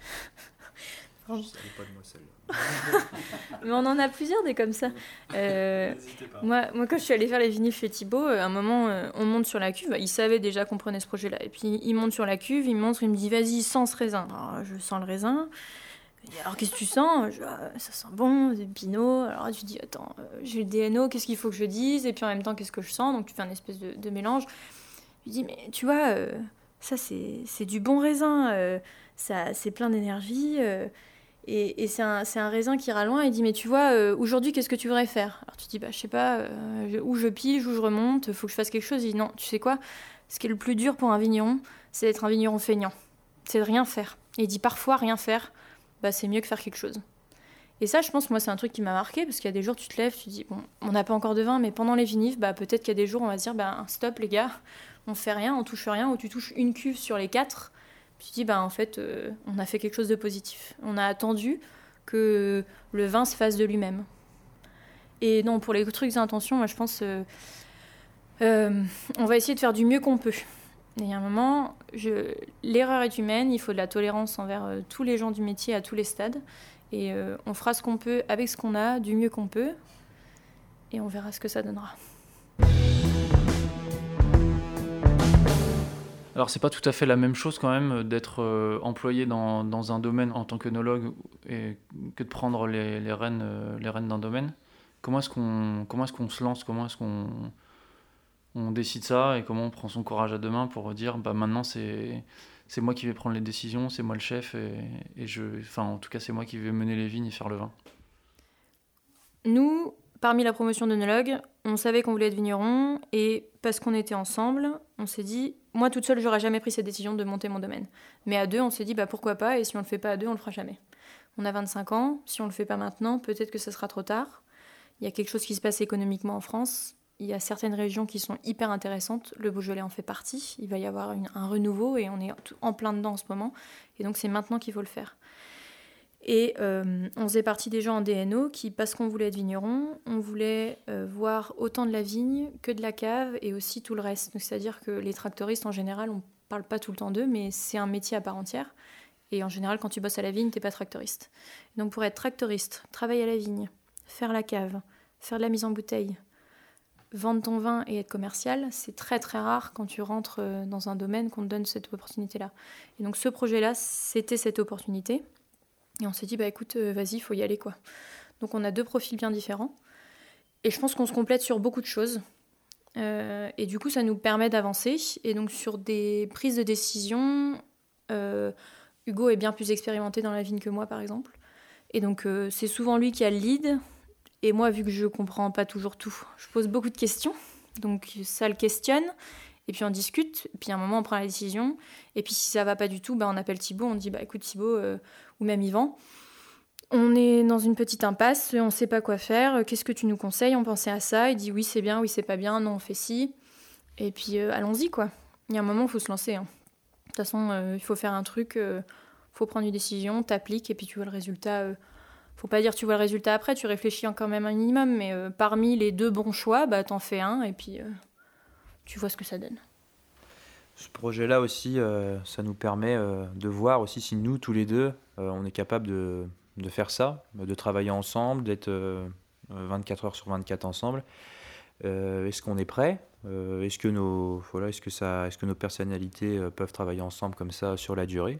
Je ne savais pas de moi celle-là. Mais on en a plusieurs des comme ça. Euh, moi, moi, quand je suis allée faire les vinifs chez Thibaut, à un moment, euh, on monte sur la cuve. Il savait déjà qu'on prenait ce projet-là. Et puis, il monte sur la cuve, il me montre, il me dit, vas-y, sens ce raisin. Alors, je sens le raisin. Il dit, alors, qu'est-ce que tu sens? Je dis, ah, ça sent bon, c'est Pinot. Alors, tu dis, attends, euh, j'ai le D N O, qu'est-ce qu'il faut que je dise? Et puis, en même temps, qu'est-ce que je sens? Donc, tu fais un espèce de, de mélange. Je lui dis, mais tu vois, euh, ça, c'est, c'est du bon raisin. Euh, ça, c'est plein d'énergie. Euh, Et, et c'est, un, c'est un raisin qui ira loin. Il dit, mais tu vois, euh, aujourd'hui, qu'est-ce que tu voudrais faire? Alors tu dis, bah, je sais pas, euh, où je pige, où je remonte, faut que je fasse quelque chose. Il dit, non, tu sais quoi? Ce qui est le plus dur pour un vigneron, c'est d'être un vigneron feignant. C'est de rien faire. Et il dit, parfois, rien faire, bah, c'est mieux que faire quelque chose. Et ça, je pense, moi, c'est un truc qui m'a marqué, parce qu'il y a des jours, tu te lèves, tu te dis, bon, on n'a pas encore de vin, mais pendant les vinifs, bah, peut-être qu'il y a des jours, on va se dire, bah, stop, les gars, on fait rien, on touche rien, ou tu touches une cuve sur les quatre. Puis tu dis, bah, en fait, euh, on a fait quelque chose de positif. On a attendu que le vin se fasse de lui-même. Et non, pour les trucs d'intention, moi, je pense, euh, euh, on va essayer de faire du mieux qu'on peut. Et il y a un moment, je... l'erreur est humaine, il faut de la tolérance envers euh, tous les gens du métier à tous les stades. Et euh, on fera ce qu'on peut avec ce qu'on a, du mieux qu'on peut. Et on verra ce que ça donnera. Alors c'est pas tout à fait la même chose quand même d'être euh, employé dans, dans un domaine en tant qu'œnologue et que de prendre les, les rênes, euh, les rênes d'un domaine. Comment est-ce qu'on, comment est-ce qu'on se lance? Comment est-ce qu'on on décide ça? Et comment on prend son courage à deux mains pour dire bah maintenant c'est, c'est moi qui vais prendre les décisions, c'est moi le chef et, et je, enfin en tout cas c'est moi qui vais mener les vignes et faire le vin. Nous, parmi la promotion d'œnologue, on savait qu'on voulait être vigneron et parce qu'on était ensemble, on s'est dit, moi toute seule, j'aurais jamais pris cette décision de monter mon domaine. Mais à deux, on s'est dit, bah pourquoi pas, et si on le fait pas à deux, on le fera jamais. On a vingt-cinq ans, si on le fait pas maintenant, peut-être que ça sera trop tard. Il y a quelque chose qui se passe économiquement en France. Il y a certaines régions qui sont hyper intéressantes. Le Beaujolais en fait partie. Il va y avoir une, un renouveau et on est en plein dedans en ce moment. Et donc c'est maintenant qu'il faut le faire. Et euh, on faisait partie des gens en D N O qui, parce qu'on voulait être vigneron, on voulait euh, voir autant de la vigne que de la cave et aussi tout le reste. Donc, c'est-à-dire que les tractoristes, en général, on ne parle pas tout le temps d'eux, mais c'est un métier à part entière. Et en général, quand tu bosses à la vigne, tu n'es pas tractoriste. Donc pour être tractoriste, travailler à la vigne, faire la cave, faire de la mise en bouteille, vendre ton vin et être commercial, c'est très très rare quand tu rentres dans un domaine qu'on te donne cette opportunité-là. Et donc ce projet-là, c'était cette opportunité. Et on s'est dit, bah écoute, euh, vas-y, il faut y aller, quoi. Donc on a deux profils bien différents. Et je pense qu'on se complète sur beaucoup de choses. Euh, et du coup, ça nous permet d'avancer. Et donc sur des prises de décision, euh, Hugo est bien plus expérimenté dans la vigne que moi, par exemple. Et donc euh, c'est souvent lui qui a le lead. Et moi, vu que je comprends pas toujours tout, je pose beaucoup de questions. Donc ça le questionne. Et puis on discute, et puis à un moment on prend la décision, et puis si ça va pas du tout, bah on appelle Thibaut, on dit bah écoute Thibaut, euh, ou même Yvan, on est dans une petite impasse, on sait pas quoi faire, qu'est-ce que tu nous conseilles? On pensait à ça, il dit oui c'est bien, oui c'est pas bien, non on fait ci, et puis euh, allons-y quoi. Il y a un moment il faut se lancer. Hein. De toute façon euh, il faut faire un truc, euh, faut prendre une décision, t'appliques, et puis tu vois le résultat. Euh, faut pas dire tu vois le résultat après, tu réfléchis quand même un minimum, mais euh, parmi les deux bons choix, bah t'en fais un, et puis... Euh, tu vois ce que ça donne. Ce projet-là aussi, euh, ça nous permet euh, de voir aussi si nous, tous les deux, euh, on est capable de, de faire ça, de travailler ensemble, d'être euh, vingt-quatre heures sur vingt-quatre ensemble. Euh, est-ce qu'on est prêt? Euh, est-ce que nos, voilà, est-ce que ça, est-ce que nos personnalités euh, peuvent travailler ensemble comme ça sur la durée?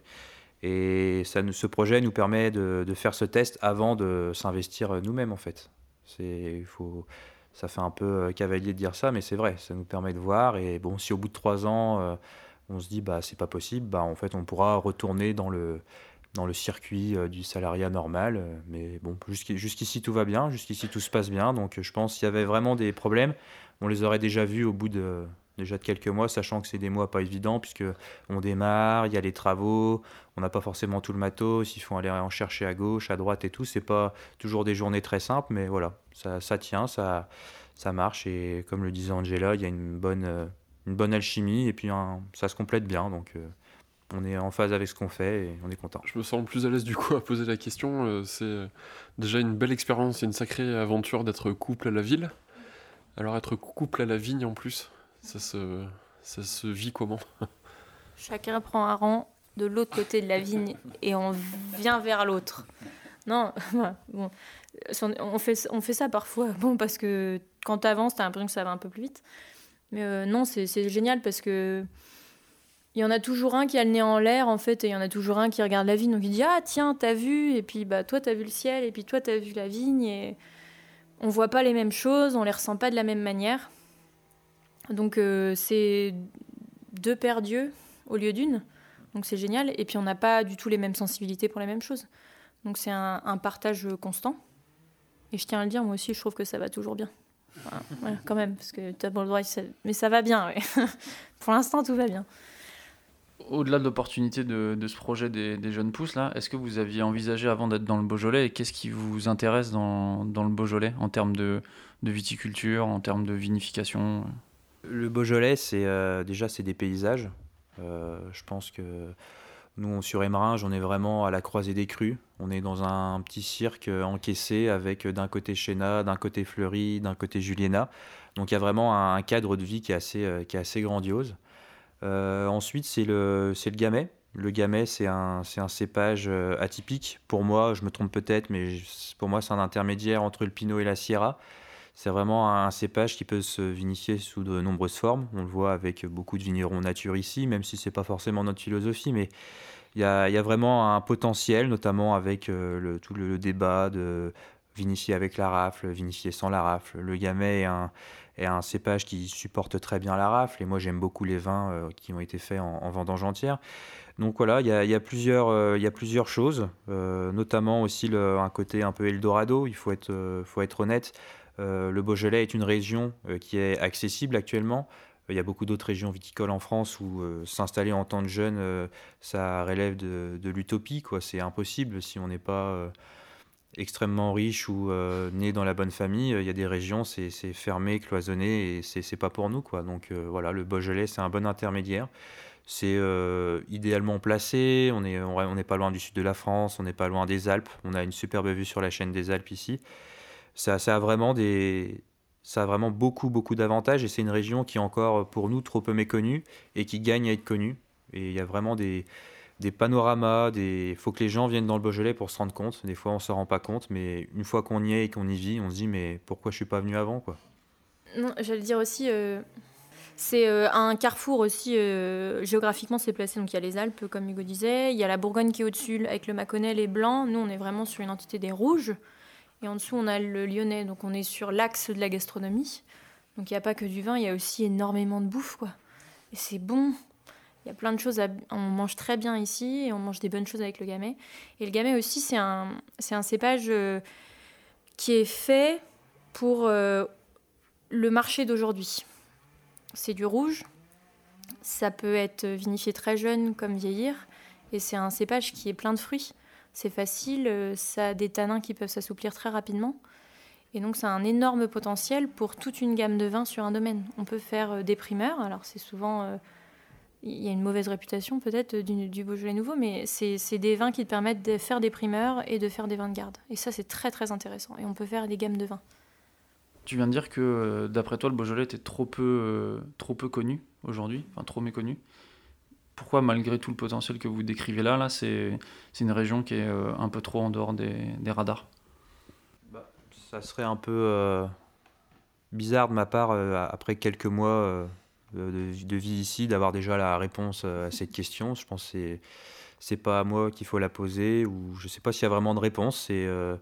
Et ça, nous- ce projet nous permet de, de faire ce test avant de s'investir nous-mêmes en fait. C'est, il faut, ça fait un peu euh, cavalier de dire ça, mais c'est vrai. Ça nous permet de voir. Et bon, si au bout de trois ans, euh, on se dit bah c'est pas possible, bah en fait on pourra retourner dans le dans le circuit euh, du salariat normal. euh, Mais bon, jusqu'i- jusqu'ici tout va bien, jusqu'ici tout se passe bien. Donc euh, je pense qu'il y avait vraiment des problèmes, on les aurait déjà vus au bout de déjà de quelques mois, sachant que c'est des mois pas évidents puisque on démarre, il y a les travaux, on n'a pas forcément tout le matos, il faut aller en chercher à gauche, à droite et tout. C'est pas toujours des journées très simples, mais voilà, ça, ça tient, ça, ça marche. Et comme le disait Angela, il y a une bonne, euh, une bonne alchimie et puis un- ça se complète bien. Donc euh, on est en phase avec ce qu'on fait et on est content. Je me sens plus à l'aise du coup à poser la question. Euh, c'est euh, déjà une belle expérience et une sacrée aventure d'être couple à la ville. Alors être couple à la vigne en plus, ça se, ça se vit comment? Chacun prend un rang de l'autre côté de la vigne et on vient vers l'autre. Non, bon, on fait, on fait ça parfois, bon, parce que quand tu avances, tu as l'impression que ça va un peu plus vite. Mais euh, non, c'est, c'est génial parce que il y en a toujours un qui a le nez en l'air, en fait, et il y en a toujours un qui regarde la vigne. Donc il dit « Ah, tiens, t'as vu ?» Et puis bah, toi, t'as vu le ciel, et puis toi, t'as vu la vigne. Et on voit pas les mêmes choses, on les ressent pas de la même manière. Donc euh, c'est deux paires d'yeux au lieu d'une. Donc c'est génial. Et puis on n'a pas du tout les mêmes sensibilités pour les mêmes choses. Donc c'est un, un partage constant. Et je tiens à le dire, moi aussi, je trouve que ça va toujours bien. Enfin, ouais, quand même, parce que t'as pas le droit... Ça... Mais ça va bien, ouais. Pour l'instant, tout va bien. Au-delà de l'opportunité de, de ce projet des, des jeunes pousses, là, est-ce que vous aviez envisagé avant d'être dans le Beaujolais, et qu'est-ce qui vous intéresse dans, dans le Beaujolais en termes de, de viticulture, en termes de vinification? Le Beaujolais, c'est euh, déjà c'est des paysages. Euh, je pense que nous, sur Émeringes, on est vraiment à la croisée des crues. On est dans un petit cirque encaissé avec d'un côté Chénat, d'un côté Fleury, d'un côté Juliena. Donc il y a vraiment un, un cadre de vie qui est assez, euh, qui est assez grandiose. Euh, ensuite, c'est le, c'est le Gamay. Le Gamay, c'est un, c'est un cépage euh, atypique. Pour moi, je me trompe peut-être, mais je- pour moi, c'est un intermédiaire entre le Pinot et la Syrah. C'est vraiment un cépage qui peut se vinifier sous de nombreuses formes. On le voit avec beaucoup de vignerons nature ici, même si c'est pas forcément notre philosophie, mais il y a, il y a vraiment un potentiel, notamment avec euh, le, tout le, le débat de vinifier avec la rafle, vinifier sans la rafle. Le Gamay est un, est un cépage qui supporte très bien la rafle, et moi j'aime beaucoup les vins euh, qui ont été faits en, en vendange entière. Donc voilà, il y a, il y a plusieurs, euh, il y a plusieurs choses, euh, notamment aussi le- un côté un peu Eldorado, il faut être, euh, faut être honnête. Euh, le Beaujolais est une région euh, qui est accessible actuellement. Euh, Il y a beaucoup d'autres régions viticoles en France où euh, s'installer en tant que jeune, euh, ça relève de, de l'utopie, quoi. C'est impossible si on n'est pas euh, extrêmement riche ou euh, né dans la bonne famille. Il y a des régions, c'est c'est fermé, cloisonné et c'est c'est pas pour nous, quoi. Donc euh, voilà, le Beaujolais, c'est un bon intermédiaire. C'est euh, idéalement placé. On est, on on n'est pas loin du sud de la France, on n'est pas loin des Alpes. On a une superbe vue sur la chaîne des Alpes ici. Ça, ça a vraiment des, ça a vraiment beaucoup, beaucoup d'avantages et c'est une région qui est encore pour nous trop peu méconnue et qui gagne à être connue. Et il y a vraiment des, des panoramas, des... il faut que les gens viennent dans le Beaujolais pour se rendre compte. Des fois, on ne se rend pas compte, mais une fois qu'on y est et qu'on y vit, on se dit mais pourquoi je suis pas venu avant, quoi. Non, j'allais dire aussi, euh, c'est euh, un carrefour aussi, euh, géographiquement c'est placé, donc il y a les Alpes comme Hugo disait, il y a la Bourgogne qui est au-dessus avec le Mâconnais, les Blancs, nous on est vraiment sur une entité des Rouges, et en dessous on a le Lyonnais, donc on est sur l'axe de la gastronomie, donc il n'y a pas que du vin, il y a aussi énormément de bouffe, quoi. Et c'est bon, il y a plein de choses, à... on mange très bien ici, et on mange des bonnes choses avec le Gamay, et le Gamay aussi c'est un, c'est un cépage euh, qui est fait pour... Euh, le marché d'aujourd'hui, c'est du rouge. Ça peut être vinifié très jeune comme vieillir. Et c'est un cépage qui est plein de fruits. C'est facile, ça a des tanins qui peuvent s'assouplir très rapidement. Et donc ça a un énorme potentiel pour toute une gamme de vins sur un domaine. On peut faire des primeurs. Alors c'est souvent... Euh, il y a une mauvaise réputation peut-être du, du Beaujolais nouveau, mais c'est, c'est des vins qui te permettent de faire des primeurs et de faire des vins de garde. Et ça, c'est très très intéressant. Et on peut faire des gammes de vins. Tu viens de dire que, euh, d'après toi, le Beaujolais était trop peu, euh, trop peu connu aujourd'hui, enfin trop méconnu. Pourquoi, malgré tout le potentiel que vous décrivez là, là c'est, c'est une région qui est euh, un peu trop en dehors des, des radars? Bah, ça serait un peu, euh, bizarre de ma part, euh, après quelques mois euh, de, de vie ici, d'avoir déjà la réponse euh, à cette question. Je pense que c'est, c'est pas à moi qu'il faut la poser, ou je sais pas s'il y a vraiment de réponse. C'est, euh,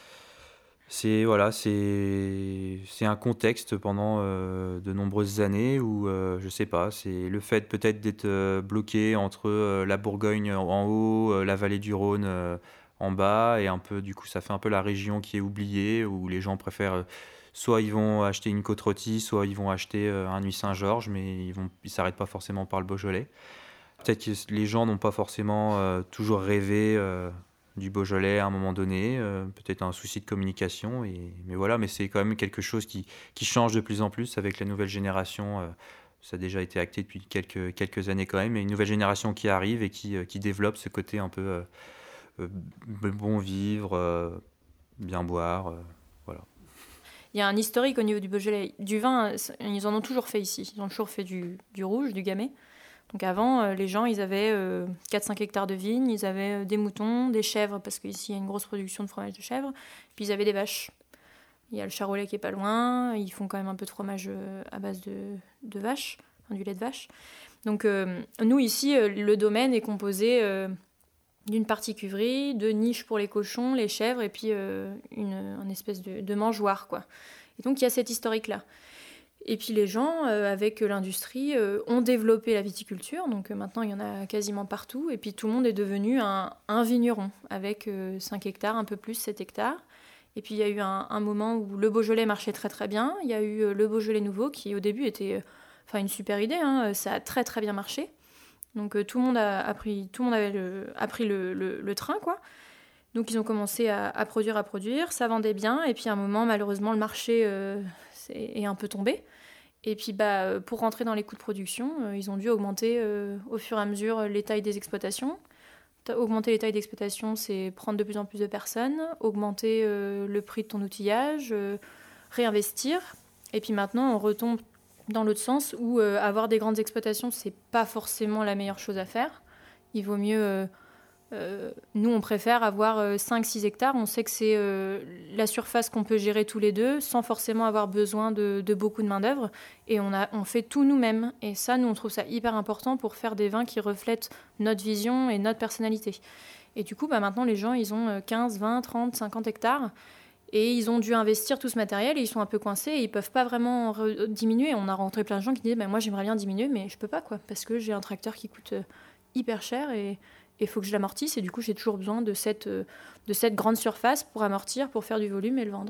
c'est, voilà, c'est, c'est un contexte pendant euh, de nombreuses années où, euh, je sais pas, c'est le fait peut-être d'être euh, bloqué entre euh, la Bourgogne en haut, euh, la vallée du Rhône euh, en bas, et un peu, du coup, ça fait un peu la région qui est oubliée, où les gens préfèrent, euh, soit ils vont acheter une côte rôtie, soit ils vont acheter euh, un Nuit Saint-Georges, mais ils vont, ils s'arrêtent pas forcément par le Beaujolais. Peut-être que les gens n'ont pas forcément euh, toujours rêvé euh, du Beaujolais à un moment donné, euh, peut-être un souci de communication, et, mais voilà, mais c'est quand même quelque chose qui, qui change de plus en plus avec la nouvelle génération. Euh, ça a déjà été acté depuis quelques, quelques années quand même, mais une nouvelle génération qui arrive et qui, euh, qui développe ce côté un peu euh, euh, bon vivre, euh, bien boire, euh, voilà. Il y a un historique au niveau du Beaujolais. Du vin, ils en ont toujours fait ici. Ils ont toujours fait du, du rouge, du gamay. Donc avant, euh, les gens, ils avaient euh, quatre à cinq hectares de vignes, ils avaient euh, des moutons, des chèvres, parce qu'ici, il y a une grosse production de fromage de chèvre, puis ils avaient des vaches. Il y a le Charolais qui est pas loin, ils font quand même un peu de fromage euh, à base de, de vaches, enfin, du lait de vache. Donc euh, nous, ici, euh, le domaine est composé euh, d'une partie cuverie, de niches pour les cochons, les chèvres, et puis euh, une, une espèce de, de mangeoire, quoi. Et donc il y a cet historique-là. Et puis les gens, euh, avec l'industrie, euh, ont développé la viticulture. Donc euh, maintenant, il y en a quasiment partout. Et puis tout le monde est devenu un, un vigneron, avec euh, cinq hectares, un peu plus, sept hectares. Et puis il y a eu un, un moment où le Beaujolais marchait très très bien. Il y a eu euh, le Beaujolais nouveau, qui au début était euh, une super idée. Hein. Ça a très très bien marché. Donc euh, tout le monde a, a pris, tout le monde avait le, a pris le, le, le train, quoi. Donc ils ont commencé à, à produire, à produire. Ça vendait bien. Et puis à un moment, malheureusement, le marché euh, est, est un peu tombé. Et puis, bah, pour rentrer dans les coûts de production, euh, ils ont dû augmenter euh, au fur et à mesure les tailles des exploitations. Augmenter les tailles d'exploitation, c'est prendre de plus en plus de personnes, augmenter euh, le prix de ton outillage, euh, réinvestir. Et puis maintenant, on retombe dans l'autre sens où euh, avoir des grandes exploitations, c'est pas forcément la meilleure chose à faire. Il vaut mieux... Euh, Euh, nous, on préfère avoir euh, cinq à six hectares. On sait que c'est euh, la surface qu'on peut gérer tous les deux sans forcément avoir besoin de, de beaucoup de main-d'œuvre. Et on, a, on fait tout nous-mêmes. Et ça, nous, on trouve ça hyper important pour faire des vins qui reflètent notre vision et notre personnalité. Et du coup, bah, maintenant, les gens, ils ont quinze, vingt, trente, cinquante hectares. Et ils ont dû investir tout ce matériel et ils sont un peu coincés et ils ne peuvent pas vraiment re- diminuer. On a rencontré plein de gens qui disaient bah, « moi, j'aimerais bien diminuer, mais je ne peux pas, quoi, parce que j'ai un tracteur qui coûte euh, hyper cher et... il faut que je l'amortisse, et du coup, j'ai toujours besoin de cette, de cette grande surface pour amortir, pour faire du volume et le vendre. »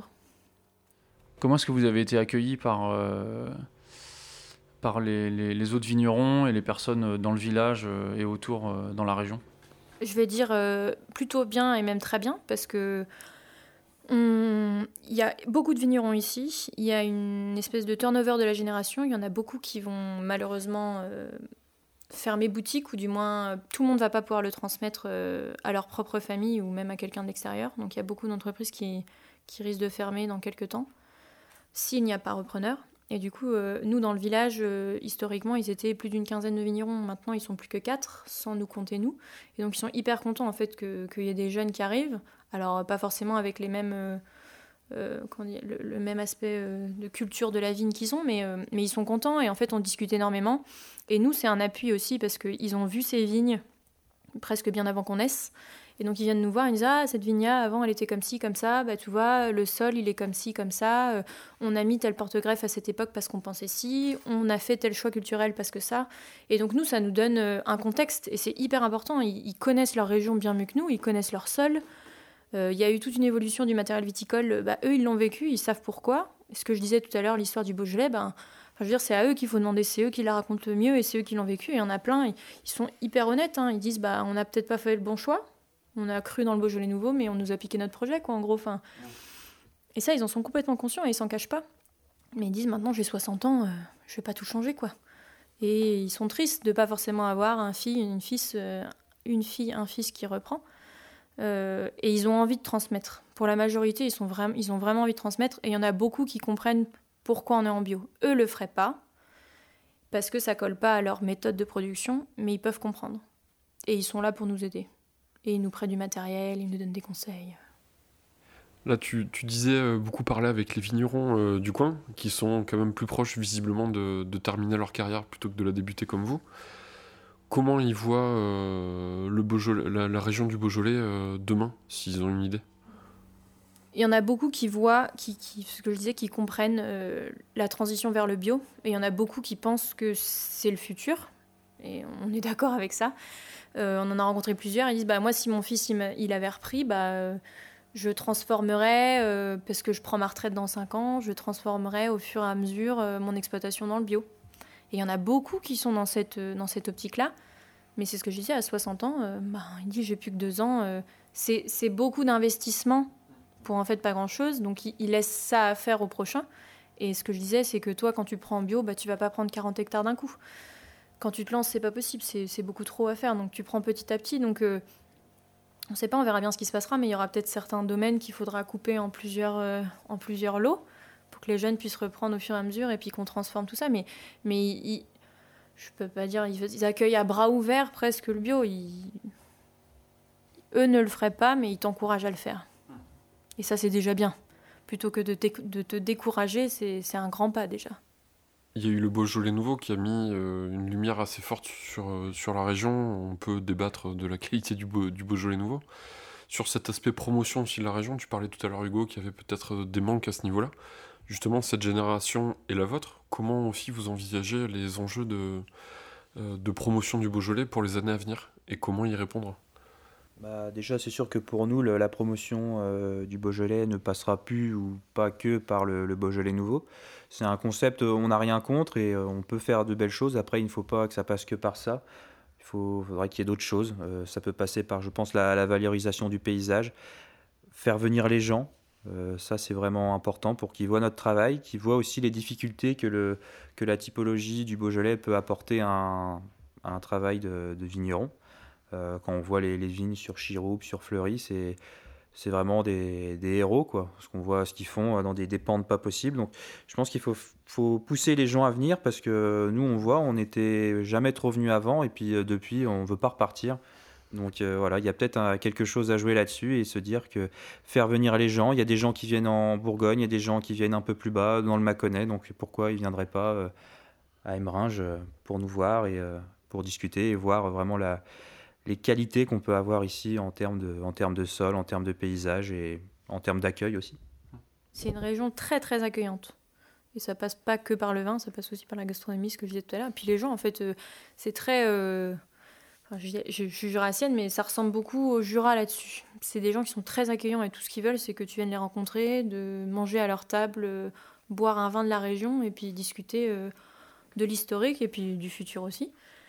Comment est-ce que vous avez été accueillis par, euh, par les, les, les autres vignerons et les personnes dans le village et autour euh, dans la région ? Je vais dire euh, plutôt bien et même très bien, parce que il y a beaucoup de vignerons ici. Il y a une espèce de turnover de la génération. Il y en a beaucoup qui vont malheureusement... Euh, fermer boutique, ou du moins tout le monde ne va pas pouvoir le transmettre euh, à leur propre famille ou même à quelqu'un d'extérieur. Donc il y a beaucoup d'entreprises qui, qui risquent de fermer dans quelques temps s'il n'y a pas repreneur. Et du coup, euh, nous dans le village, euh, historiquement, ils étaient plus d'une quinzaine de vignerons. Maintenant, ils sont plus que quatre, sans nous compter nous. Et donc ils sont hyper contents en fait que, qu'il y ait des jeunes qui arrivent. Alors pas forcément avec les mêmes... Euh, Euh, dit, le, le même aspect euh, de culture de la vigne qu'ils ont, mais, euh, mais ils sont contents et en fait on discute énormément. Et nous c'est un appui aussi parce qu'ils ont vu ces vignes presque bien avant qu'on naisse. Et donc ils viennent nous voir, ils disent ah cette vigne-là avant elle était comme ci, comme ça, bah tu vois le sol il est comme ci, comme ça, euh, on a mis tel porte-greffe à cette époque parce qu'on pensait ci, on a fait tel choix culturel parce que ça. Et donc nous ça nous donne euh, un contexte et c'est hyper important, ils, ils connaissent leur région bien mieux que nous, ils connaissent leur sol. Il euh, y a eu toute une évolution du matériel viticole. Bah, eux, ils l'ont vécu, ils savent pourquoi. Et ce que je disais tout à l'heure, l'histoire du Beaujolais, bah, je veux dire, c'est à eux qu'il faut demander, c'est eux qui la racontent le mieux et c'est eux qui l'ont vécu. Et il y en a plein, ils, ils sont hyper honnêtes. Hein. Ils disent bah, on n'a peut-être pas fait le bon choix, on a cru dans le Beaujolais nouveau, mais on nous a piqué notre projet, quoi, en gros. Fin. Et ça, ils en sont complètement conscients et ils s'en cachent pas. Mais ils disent maintenant, j'ai soixante ans, euh, je vais pas tout changer, quoi. Et ils sont tristes de pas forcément avoir un fille, une, fils, euh, une fille, un fils qui reprend. Euh, et ils ont envie de transmettre. Pour la majorité, ils, sont vra- ils ont vraiment envie de transmettre. Et il y en a beaucoup qui comprennent pourquoi on est en bio. Eux le feraient pas, parce que ça colle pas à leur méthode de production, mais ils peuvent comprendre. Et ils sont là pour nous aider. Et ils nous prêtent du matériel, ils nous donnent des conseils. Là, tu, tu disais euh, beaucoup parler avec les vignerons euh, du coin, qui sont quand même plus proches visiblement de, de terminer leur carrière plutôt que de la débuter comme vous. Comment ils voient euh, le Beaujolais, la, la région du Beaujolais euh, demain, s'ils ont une idée? Il y en a beaucoup qui voient, qui, qui, ce que je disais, qui comprennent euh, la transition vers le bio. Et il y en a beaucoup qui pensent que c'est le futur. Et on est d'accord avec ça. Euh, on en a rencontré plusieurs. Ils disent, bah, moi, si mon fils il, il avait repris, bah, euh, je transformerais, euh, parce que je prends ma retraite dans cinq ans, je transformerais au fur et à mesure euh, mon exploitation dans le bio. Et il y en a beaucoup qui sont dans cette, dans cette optique-là. Mais c'est ce que je disais, à soixante ans, euh, bah, il dit, j'ai plus que deux ans. Euh, c'est, c'est beaucoup d'investissement pour en fait pas grand-chose. Donc, il, il laisse ça à faire au prochain. Et ce que je disais, c'est que toi, quand tu prends en bio, bah, tu vas pas prendre quarante hectares d'un coup. Quand tu te lances, c'est pas possible. C'est, c'est beaucoup trop à faire. Donc, tu prends petit à petit. Donc, euh, on sait pas, on verra bien ce qui se passera. Mais il y aura peut-être certains domaines qu'il faudra couper en plusieurs, euh, en plusieurs lots pour que les jeunes puissent reprendre au fur et à mesure et puis qu'on transforme tout ça. Mais, mais il, je peux pas dire, ils accueillent à bras ouverts presque le bio. Ils, eux ne le feraient pas, mais ils t'encouragent à le faire. Et ça, c'est déjà bien. Plutôt que de, de te décourager, c'est, c'est un grand pas déjà. Il y a eu le Beaujolais nouveau qui a mis euh, une lumière assez forte sur, euh, sur la région. On peut débattre de la qualité du, Beau, du Beaujolais nouveau. Sur cet aspect promotion aussi de la région, tu parlais tout à l'heure, Hugo, qu'il y avait peut-être des manques à ce niveau-là. Justement, cette génération et la vôtre, comment aussi vous envisagez les enjeux de, euh, de promotion du Beaujolais pour les années à venir et comment y répondre? Bah, déjà, c'est sûr que pour nous, le- la promotion euh, du Beaujolais ne passera plus ou pas que par le, le Beaujolais nouveau. C'est un concept, euh, on n'a rien contre et euh, on peut faire de belles choses. Après, il ne faut pas que ça passe que par ça. Il faut, faudrait qu'il y ait d'autres choses. Euh, ça peut passer par, je pense, la, la valorisation du paysage, faire venir les gens. Euh, ça, c'est vraiment important pour qu'ils voient notre travail, qu'ils voient aussi les difficultés que, le, que la typologie du Beaujolais peut apporter à un, à un travail de, de vigneron. Euh, quand on voit les, les vignes sur Chiroupe, sur Fleury, c'est, c'est vraiment des, des héros, quoi. Parce qu'on voit ce qu'ils font euh, dans des, des pentes pas possibles. Donc, je pense qu'il faut, faut pousser les gens à venir parce que nous, on voit, on n'était jamais trop venus avant et puis euh, depuis, on ne veut pas repartir. Donc euh, voilà, il y a peut-être un- quelque chose à jouer là-dessus et se dire que faire venir les gens, il y a des gens qui viennent en Bourgogne, il y a des gens qui viennent un peu plus bas, dans le Mâconnais, donc pourquoi ils ne viendraient pas euh, à Emeringes euh, pour nous voir et euh, pour discuter et voir vraiment la les qualités qu'on peut avoir ici en termes de, en termes de sol, en termes de paysage et en termes d'accueil aussi. C'est une région très très accueillante. Et ça passe pas que par le vin, ça passe aussi par la gastronomie, ce que je disais tout à l'heure. Et puis les gens, en fait, euh, c'est très... euh, enfin, je, je- je suis jurassienne, mais ça ressemble beaucoup au Jura là-dessus. C'est des gens qui sont très accueillants et tout ce qu'ils veulent, c'est que tu viennes les rencontrer, de manger à leur table, euh, boire un vin de la région et puis discuter euh, de l'historique et puis du futur aussi.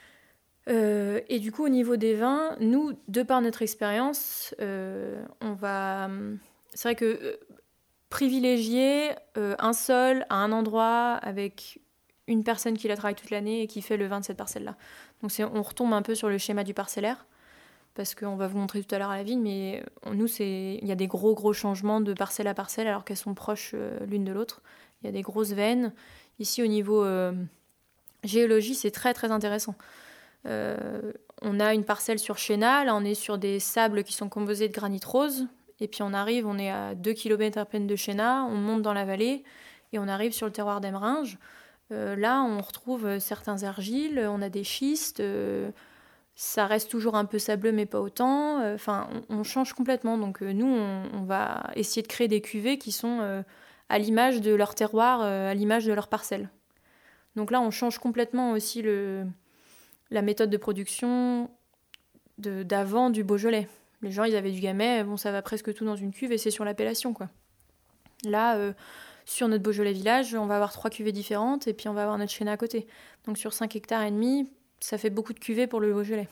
Euh, et du coup, au niveau des vins, nous, de par notre expérience, euh, on va. C'est vrai que euh, privilégier euh, un sol à un endroit avec une personne qui la travaille toute l'année et qui fait le vin de cette parcelle-là. Donc, c'est, on retombe un peu sur le schéma du parcellaire, parce qu'on va vous montrer tout à l'heure à la vigne, mais euh, nous, c'est, il y a des gros, gros changements de parcelle à parcelle alors qu'elles sont proches euh, l'une de l'autre. Il y a des grosses veines. Ici, au niveau euh, géologie, c'est très, très intéressant. Euh, on a une parcelle sur Chénat, là on est sur des sables qui sont composés de granit rose, et puis on arrive, on est à deux kilomètres à peine de Chénat, on monte dans la vallée, et on arrive sur le terroir d'Emeringes. Euh, là on retrouve certains argiles, on a des schistes, euh, ça reste toujours un peu sableux mais pas autant, enfin euh, on, on change complètement, donc euh, nous on, on va essayer de créer des cuvées qui sont euh, à l'image de leur terroir, euh, à l'image de leur parcelle. Donc là on change complètement aussi le... la méthode de production de, d'avant du Beaujolais. Les gens, ils avaient du Gamay, bon, ça va presque tout dans une cuve et c'est sur l'appellation, quoi. Là, euh, sur notre Beaujolais village, on va avoir trois cuvées différentes et puis on va avoir notre Chénat à côté. Donc sur cinq hectares et demi, ça fait beaucoup de cuvées pour le Beaujolais.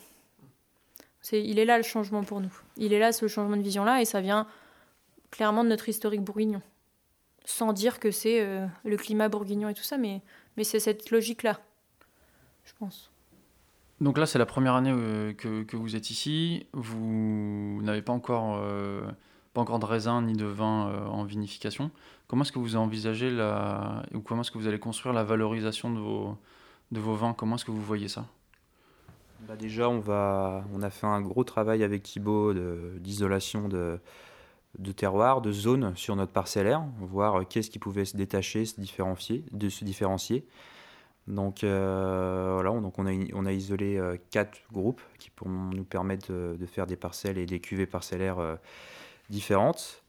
C'est, il est là le changement pour nous. Il est là ce changement de vision-là et ça vient clairement de notre historique bourguignon. Sans dire que c'est euh, le climat bourguignon et tout ça, mais, mais c'est cette logique-là, je pense. Donc là, c'est la première année euh, que, que vous êtes ici. Vous n'avez pas encore, euh, pas encore de raisin ni de vin euh, en vinification. Comment est-ce que vous envisagez la, ou comment est-ce que vous allez construire la valorisation de vos, de vos vins? Comment est-ce que vous voyez ça? Bah déjà, on, va, on a fait un gros travail avec Thibaut de, d'isolation de, de terroir, de zones sur notre parcellaire, voir qu'est-ce qui pouvait se détacher, se différencier, de se différencier. Donc euh, voilà, donc on a, on a isolé euh, quatre groupes qui pourront nous permettre de, de faire des parcelles et des cuvées parcellaires euh, différentes.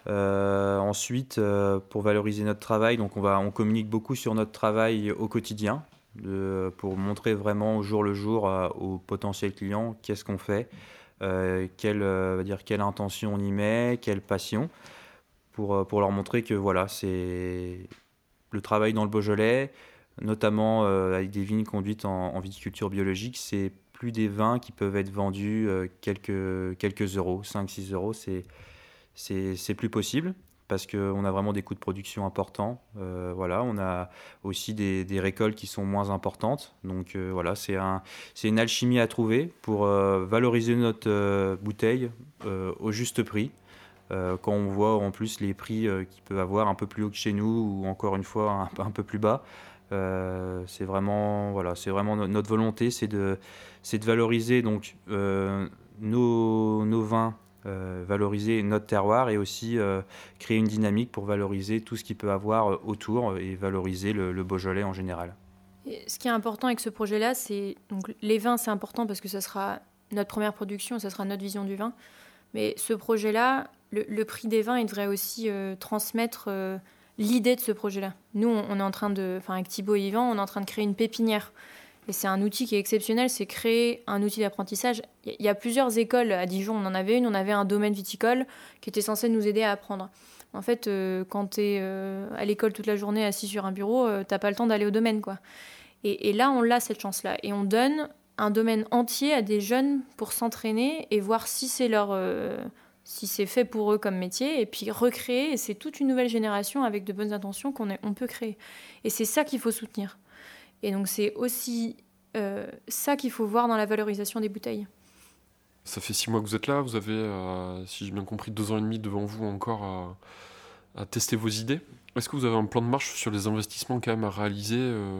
Euh, ensuite, euh, pour valoriser notre travail, donc on, va, on communique beaucoup sur notre travail au quotidien, de, pour montrer vraiment au jour le jour euh, aux potentiels clients qu'est-ce qu'on fait, euh, quelle, euh, dire, quelle intention on y met, quelle passion, pour, pour leur montrer que voilà, c'est le travail dans le Beaujolais, notamment euh, avec des vignes conduites en, en viticulture biologique, c'est plus des vins qui peuvent être vendus euh, quelques, quelques euros, cinq six euros, c'est, c'est, c'est plus possible parce qu'on a vraiment des coûts de production importants. Euh, voilà, on a aussi des, des récoltes qui sont moins importantes. Donc euh, voilà, c'est, un, c'est une alchimie à trouver pour euh, valoriser notre euh, bouteille euh, au juste prix. Euh, quand on voit en plus les prix euh, qu'il peut avoir un peu plus haut que chez nous ou encore une fois un, un peu plus bas, Euh, c'est vraiment voilà, c'est vraiment no- notre volonté, c'est de c'est de valoriser donc euh, nos, nos vins, euh, valoriser notre terroir et aussi euh, créer une dynamique pour valoriser tout ce qu'il peut avoir euh, autour et valoriser le, le Beaujolais en général. Et ce qui est important avec ce projet-là, c'est donc les vins, c'est important parce que ça sera notre première production, ça sera notre vision du vin. Mais ce projet-là, le, le prix des vins, il devrait aussi euh, transmettre euh, l'idée de ce projet-là. Nous, on, on est en train de, enfin avec Thibaut et Yvan, on est en train de créer une pépinière. Et c'est un outil qui est exceptionnel, c'est créer un outil d'apprentissage. Il y a plusieurs écoles à Dijon, on en avait une, on avait un domaine viticole qui était censé nous aider à apprendre. En fait, euh, quand tu es euh, à l'école toute la journée assis sur un bureau, euh, t'as pas le temps d'aller au domaine, quoi. Et, et là, on l'a cette chance-là. Et on donne un domaine entier à des jeunes pour s'entraîner et voir si c'est leur... Euh, si c'est fait pour eux comme métier, et puis recréer, et c'est toute une nouvelle génération avec de bonnes intentions qu'on est, on peut créer. Et c'est ça qu'il faut soutenir. Et donc c'est aussi euh, ça qu'il faut voir dans la valorisation des bouteilles. Ça fait six mois que vous êtes là, vous avez, euh, si j'ai bien compris, deux ans et demi devant vous encore à, à tester vos idées. Est-ce que vous avez un plan de marche sur les investissements quand même à réaliser euh,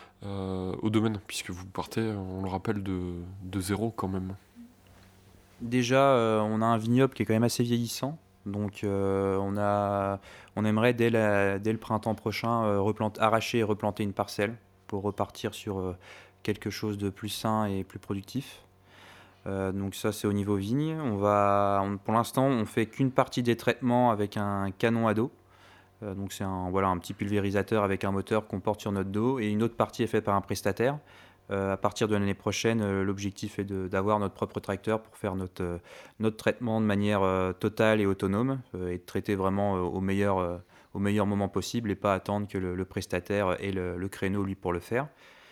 euh, au domaine, puisque vous partez, on le rappelle, de, de zéro quand même? Déjà, euh, on a un vignoble qui est quand même assez vieillissant. Donc, euh, on, a, on aimerait dès, la, dès le printemps prochain euh, replanter, arracher et replanter une parcelle pour repartir sur euh, quelque chose de plus sain et plus productif. Euh, donc ça, c'est au niveau vigne. On va, on, pour l'instant, on fait qu'une partie des traitements avec un canon à dos. Euh, donc c'est un, voilà, un petit pulvérisateur avec un moteur qu'on porte sur notre dos. Et une autre partie est faite par un prestataire. Euh, à partir de l'année prochaine, euh, l'objectif est de, d'avoir notre propre tracteur pour faire notre, euh, notre traitement de manière euh, totale et autonome euh, et de traiter vraiment euh, au, meilleur, euh, au meilleur moment possible et pas attendre que le, le prestataire ait le, le créneau lui pour le faire.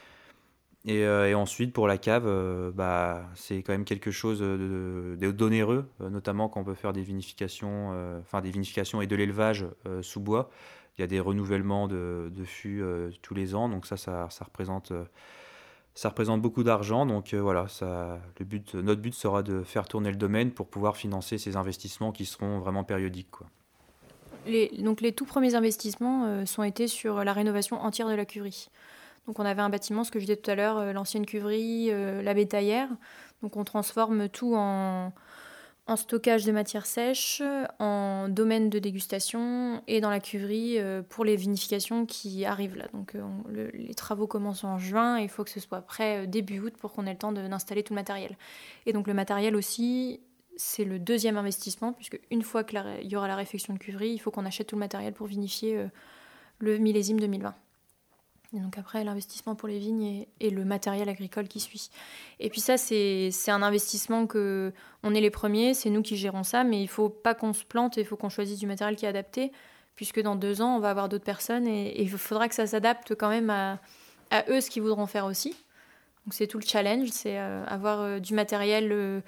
Et, euh, et ensuite, pour la cave, euh, bah, c'est quand même quelque chose de, de, d'onéreux, euh, notamment quand on peut faire des vinifications, euh, enfin des vinifications et de l'élevage euh, sous bois. Il y a des renouvellements de, de fûts euh, tous les ans, donc ça, ça, ça représente... Euh, Ça représente beaucoup d'argent, donc euh, voilà, ça, le but, notre but sera de faire tourner le domaine pour pouvoir financer ces investissements qui seront vraiment périodiques, quoi. Les, donc les tout premiers investissements euh, sont été sur la rénovation entière de la cuverie. Donc on avait un bâtiment, ce que je disais tout à l'heure, euh, l'ancienne cuverie, euh, la bétaillère. Donc on transforme tout en, en stockage de matières sèches, en domaine de dégustation et dans la cuverie euh, pour les vinifications qui arrivent là. Donc euh, on, le, les travaux commencent en juin et il faut que ce soit prêt euh, début août pour qu'on ait le temps de, d'installer tout le matériel. Et donc le matériel aussi, c'est le deuxième investissement, puisque une fois qu'il y aura la réfection de cuverie, il faut qu'on achète tout le matériel pour vinifier euh, le millésime deux mille vingt. Et donc après, l'investissement pour les vignes et, et le matériel agricole qui suit. Et puis ça, c'est, c'est un investissement que on est les premiers, c'est nous qui gérons ça, mais il ne faut pas qu'on se plante, il faut qu'on choisisse du matériel qui est adapté, puisque dans deux ans, on va avoir d'autres personnes et, et il faudra que ça s'adapte quand même à, à eux ce qu'ils voudront faire aussi. Donc c'est tout le challenge, c'est euh, avoir euh, du matériel euh,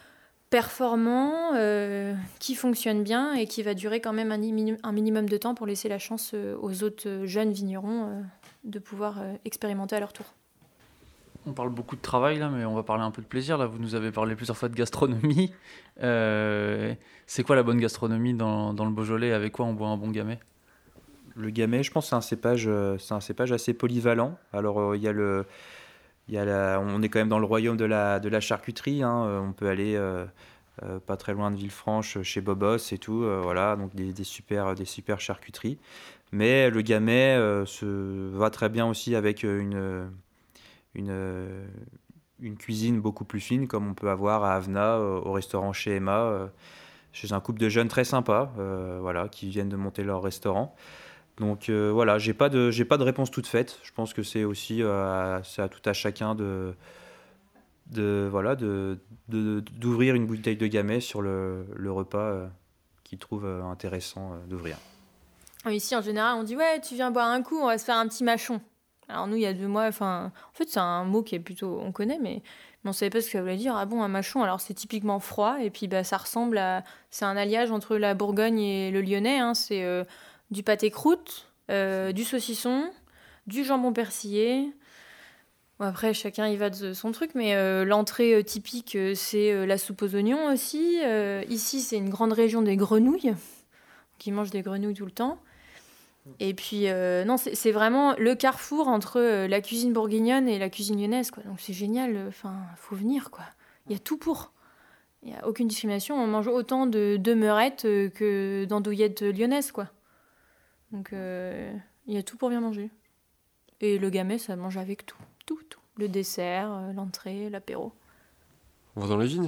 performant, euh, qui fonctionne bien et qui va durer quand même un, un minimum de temps pour laisser la chance euh, aux autres jeunes vignerons euh, de pouvoir euh, expérimenter à leur tour. On parle beaucoup de travail là, mais on va parler un peu de plaisir. Là, vous nous avez parlé plusieurs fois de gastronomie. Euh, c'est quoi la bonne gastronomie dans, dans le Beaujolais? Avec quoi on boit un bon gamay? Le gamay, je pense que c'est un cépage, c'est un cépage assez polyvalent. Alors il euh, y a le, il y a la, on est quand même dans le royaume de la, de la charcuterie. Hein. On peut aller euh, euh, pas très loin de Villefranche, chez Bobos et tout. Euh, voilà, donc des, des, super, des super charcuteries. Mais le gamay euh, se va très bien aussi avec une, une, une cuisine beaucoup plus fine, comme on peut avoir à Avena, euh, au restaurant chez Emma, euh, chez un couple de jeunes très sympas, euh, voilà, qui viennent de monter leur restaurant. Donc euh, voilà, j'ai pas de j'ai pas de réponse toute faite. Je pense que c'est aussi euh, c'est à tout à chacun de de voilà de, de d'ouvrir une bouteille de gamay sur le, le repas euh, qu'il trouve euh, intéressant euh, d'ouvrir. Ici, en général, on dit ouais, tu viens boire un coup, on va se faire un petit mâchon. Alors nous, il y a deux mois, enfin, en fait, c'est un mot qui est plutôt, on connaît, mais, mais on savait pas ce que ça voulait dire. Ah bon, un mâchon, alors c'est typiquement froid, et puis bah ça ressemble à, c'est un alliage entre la Bourgogne et le Lyonnais. Hein, c'est euh, du pâté croûte, euh, du saucisson, du jambon persillé. Bon, après, chacun y va de son truc, mais euh, l'entrée euh, typique, euh, c'est euh, la soupe aux oignons aussi. Euh, ici, c'est une grande région des grenouilles, qui mangent des grenouilles tout le temps. Et puis, euh, non, c'est, c'est vraiment le carrefour entre euh, la cuisine bourguignonne et la cuisine lyonnaise, quoi. Donc c'est génial, enfin, euh, faut venir, quoi. Il y a tout pour. Il n'y a aucune discrimination. On mange autant de, de meurettes euh, que d'andouillettes lyonnaises, quoi. Donc, il euh, y a tout pour bien manger. Et le gamay, ça mange avec tout. Tout, tout. Le dessert, euh, l'entrée, l'apéro. On va dans les vignes ?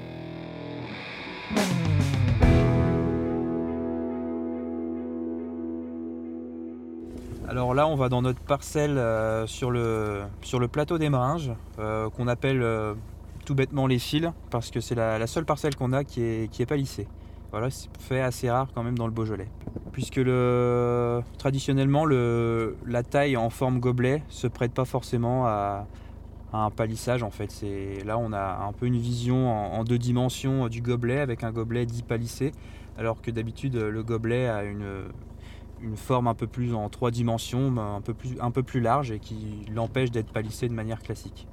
Alors là, on va dans notre parcelle euh, sur, le, sur le plateau des Meringes, euh, qu'on appelle euh, tout bêtement les fils, parce que c'est la, la seule parcelle qu'on a qui est, qui est palissée. Voilà, c'est fait assez rare quand même dans le Beaujolais. Puisque le, traditionnellement, le, la taille en forme gobelet se prête pas forcément à, à un palissage. En fait. C'est, là, on a un peu une vision en, en deux dimensions du gobelet, avec un gobelet dit palissé, alors que d'habitude, le gobelet a une... une forme un peu plus en trois dimensions, un peu plus, un peu plus large et qui l'empêche d'être palissé de manière classique.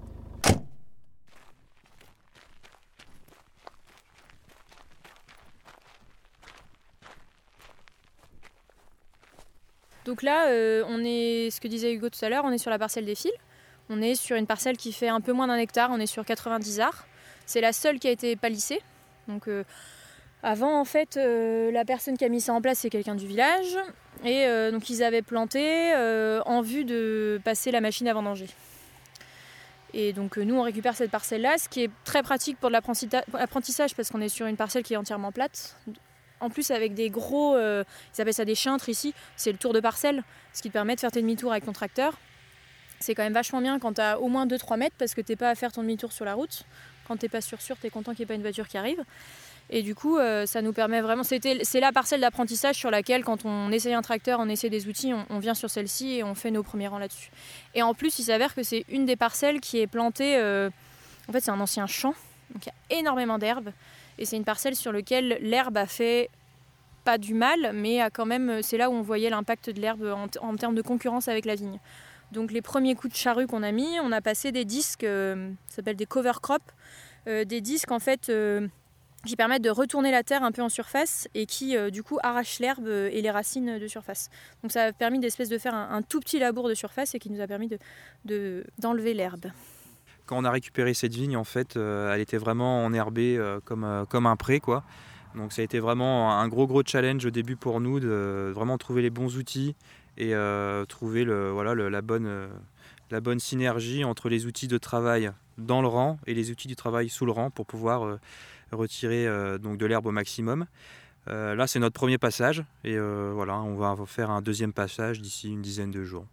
Donc là, euh, on est, ce que disait Hugo tout à l'heure, on est sur la parcelle des fils. On est sur une parcelle qui fait un peu moins d'un hectare, on est sur quatre-vingt-dix arts. C'est la seule qui a été palissée. Donc, euh, avant, en fait, euh, la personne qui a mis ça en place, c'est quelqu'un du village. Et euh, donc, ils avaient planté euh, en vue de passer la machine à vendanger. Et donc, euh, nous, on récupère cette parcelle-là, ce qui est très pratique pour de l'apprentissage parce qu'on est sur une parcelle qui est entièrement plate. En plus, avec des gros, euh, ils appellent ça des chintres ici, c'est le tour de parcelle, ce qui te permet de faire tes demi-tours avec ton tracteur. C'est quand même vachement bien quand tu as au moins deux trois mètres parce que tu n'es pas à faire ton demi-tour sur la route. Quand tu n'es pas sûr sûr, tu es content qu'il n'y ait pas une voiture qui arrive. Et du coup, euh, ça nous permet vraiment... C'était, c'est la parcelle d'apprentissage sur laquelle, quand on essaye un tracteur, on essaie des outils, on, on vient sur celle-ci et on fait nos premiers rangs là-dessus. Et en plus, il s'avère que c'est une des parcelles qui est plantée... Euh, en fait, c'est un ancien champ, donc il y a énormément d'herbes. Et c'est une parcelle sur laquelle l'herbe a fait... pas du mal, mais a quand même, c'est là où on voyait l'impact de l'herbe en, t- en termes de concurrence avec la vigne. Donc les premiers coups de charrue qu'on a mis, on a passé des disques, euh, ça s'appelle des cover crops, euh, des disques en fait euh, qui permettent de retourner la terre un peu en surface et qui euh, du coup arrachent l'herbe et les racines de surface. Donc ça a permis d'espèce de faire un, un tout petit labour de surface et qui nous a permis de, de, d'enlever l'herbe. Quand on a récupéré cette vigne, en fait, euh, elle était vraiment enherbée euh, comme, euh, comme un pré, quoi. Donc ça a été vraiment un gros gros challenge au début pour nous de vraiment trouver les bons outils et euh, trouver le, voilà, le, la, bonne, euh, la bonne synergie entre les outils de travail dans le rang et les outils du travail sous le rang pour pouvoir euh, retirer euh, donc de l'herbe au maximum. Euh, là c'est notre premier passage et euh, voilà, on va faire un deuxième passage d'ici une dizaine de jours.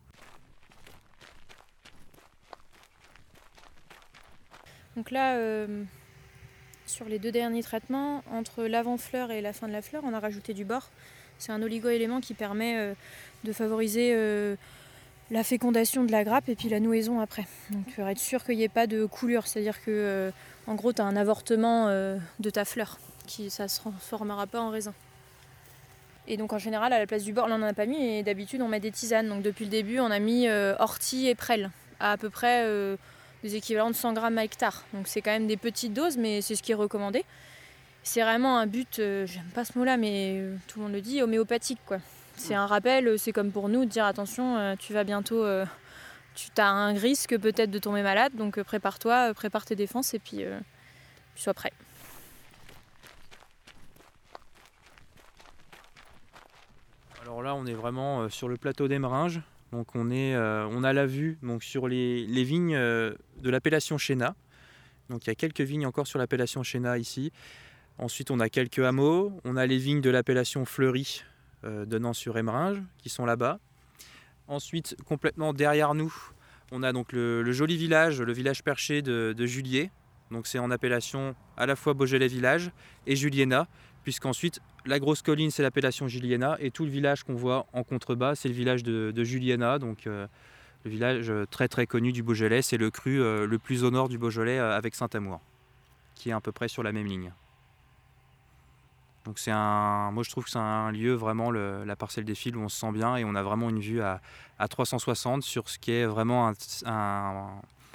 Donc là, euh, sur les deux derniers traitements, entre l'avant-fleur et la fin de la fleur, on a rajouté du bore. C'est un oligo-élément qui permet euh, de favoriser euh, la fécondation de la grappe et puis la nouaison après. Donc pour être sûr qu'il n'y ait pas de coulure, c'est-à-dire que euh, en gros tu as un avortement euh, de ta fleur, qui ça ne se transformera pas en raisin. Et donc en général à la place du bore, là on n'en a pas mis et d'habitude on met des tisanes. Donc depuis le début on a mis euh, ortie et prêle à à peu près euh, des équivalents de cent grammes à hectare. Donc c'est quand même des petites doses mais c'est ce qui est recommandé. C'est vraiment un but, euh, j'aime pas ce mot-là, mais euh, tout le monde le dit, homéopathique, quoi. C'est un rappel, c'est comme pour nous, de dire attention, euh, tu vas bientôt, euh, tu as un risque peut-être de tomber malade, donc euh, prépare-toi, euh, prépare tes défenses et puis, euh, puis sois prêt. Alors là, on est vraiment euh, sur le plateau d'Emeringes. Donc on, est, euh, on a la vue donc, sur les, les vignes euh, de l'appellation Chénat. Donc il y a quelques vignes encore sur l'appellation Chénat ici. Ensuite, on a quelques hameaux. On a les vignes de l'appellation Fleury euh, donnant sur Emeringes qui sont là-bas. Ensuite, complètement derrière nous, on a donc le, le joli village, le village perché de, de Juliers. Donc c'est en appellation à la fois Beaujolais village et Juliénat, puisqu'ensuite la grosse colline c'est l'appellation Juliénat et tout le village qu'on voit en contrebas c'est le village de, de Juliénat, donc euh, le village très très connu du Beaujolais, c'est le cru euh, le plus au nord du Beaujolais euh, avec Saint-Amour, qui est à peu près sur la même ligne. Donc c'est un, moi je trouve que c'est un lieu vraiment le, la parcelle des Files où on se sent bien et on a vraiment une vue à, à trois cent soixante sur ce qui est vraiment un, un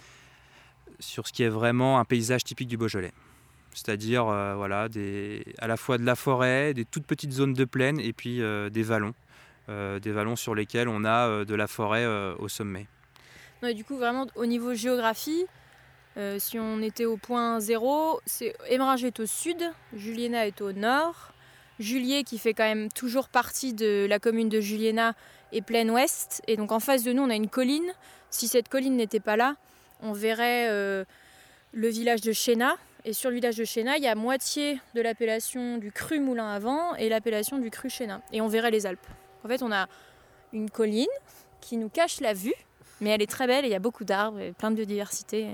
sur ce qui est vraiment un paysage typique du Beaujolais. C'est-à-dire euh, voilà, des, à la fois de la forêt, des toutes petites zones de plaine et puis euh, des vallons. Euh, des vallons sur lesquels on a euh, de la forêt euh, au sommet. Non, et du coup, vraiment, au niveau géographie, euh, si on était au point zéro, c'est, Emeringes est au sud, Juliénat est au nord, Juliers, qui fait quand même toujours partie de la commune de Juliénat, est plein ouest. Et donc en face de nous, on a une colline. Si cette colline n'était pas là, on verrait euh, le village de Chénat. Et sur le village de Chénat, il y a moitié de l'appellation du cru Moulin à Vent et l'appellation du cru Chénat. Et on verrait les Alpes. En fait, on a une colline qui nous cache la vue, mais elle est très belle et il y a beaucoup d'arbres et plein de biodiversité.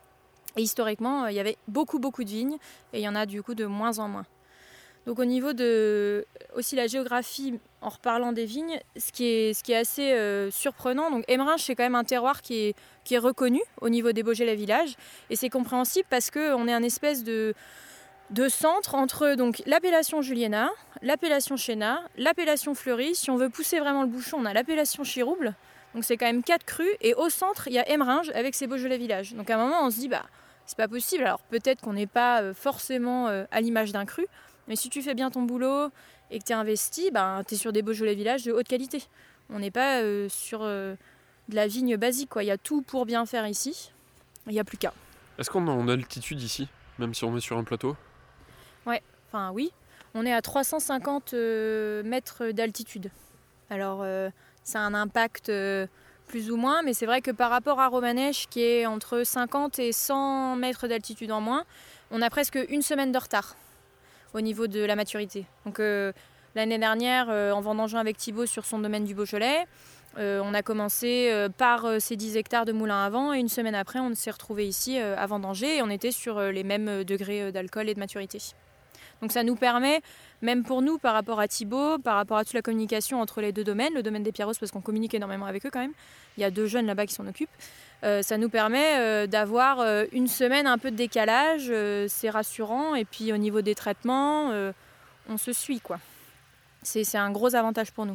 Et historiquement, il y avait beaucoup, beaucoup de vignes et il y en a du coup de moins en moins. Donc au niveau de aussi la géographie, en reparlant des vignes, ce qui est, ce qui est assez euh, surprenant, donc Emeringes c'est quand même un terroir qui est, qui est reconnu au niveau des Beaujolais villages et c'est compréhensible parce qu'on est un espèce de, de centre entre donc, l'appellation Juliénat, l'appellation Chénat, l'appellation Fleury. Si on veut pousser vraiment le bouchon, on a l'appellation Chirouble, donc c'est quand même quatre crus et au centre il y a Emeringes avec ses Beaujolais villages. Donc à un moment on se dit bah c'est pas possible, alors peut-être qu'on n'est pas forcément euh, à l'image d'un cru. Mais si tu fais bien ton boulot et que tu es investi, ben, tu es sur des Beaujolais villages de haute qualité. On n'est pas euh, sur euh, de la vigne basique, quoi. Il y a tout pour bien faire ici. Il n'y a plus qu'à. Est-ce qu'on est en altitude ici, même si on est sur un plateau ? Ouais, enfin oui. On est à trois cent cinquante euh, mètres d'altitude. Alors euh, ça a un impact euh, plus ou moins, mais c'est vrai que par rapport à Romanèche, qui est entre cinquante et cent mètres d'altitude en moins, on a presque une semaine de retard au niveau de la maturité. Donc euh, l'année dernière, euh, en vendangeant avec Thibaut sur son domaine du Beaujolais, euh, on a commencé euh, par euh, ces dix hectares de moulins à vent et une semaine après, on s'est retrouvé ici euh, à vendanger et on était sur euh, les mêmes degrés euh, d'alcool et de maturité. Donc ça nous permet, même pour nous, par rapport à Thibaut, par rapport à toute la communication entre les deux domaines, le domaine des Pierros, parce qu'on communique énormément avec eux quand même, il y a deux jeunes là-bas qui s'en occupent, euh, ça nous permet euh, d'avoir euh, une semaine un peu de décalage, euh, c'est rassurant, et puis au niveau des traitements, euh, on se suit, quoi. C'est, c'est un gros avantage pour nous.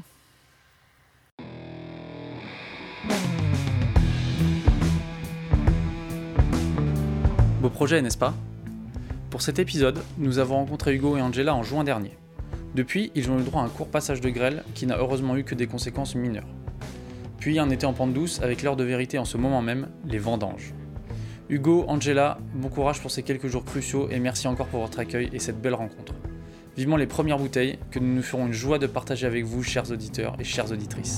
Beau projet, n'est-ce pas ? Pour cet épisode, nous avons rencontré Hugo et Angela en juin dernier. Depuis, ils ont eu droit à un court passage de grêle qui n'a heureusement eu que des conséquences mineures. Puis un été en pente douce avec l'heure de vérité en ce moment même, les vendanges. Hugo, Angela, bon courage pour ces quelques jours cruciaux et merci encore pour votre accueil et cette belle rencontre. Vivement les premières bouteilles que nous nous ferons une joie de partager avec vous, chers auditeurs et chères auditrices.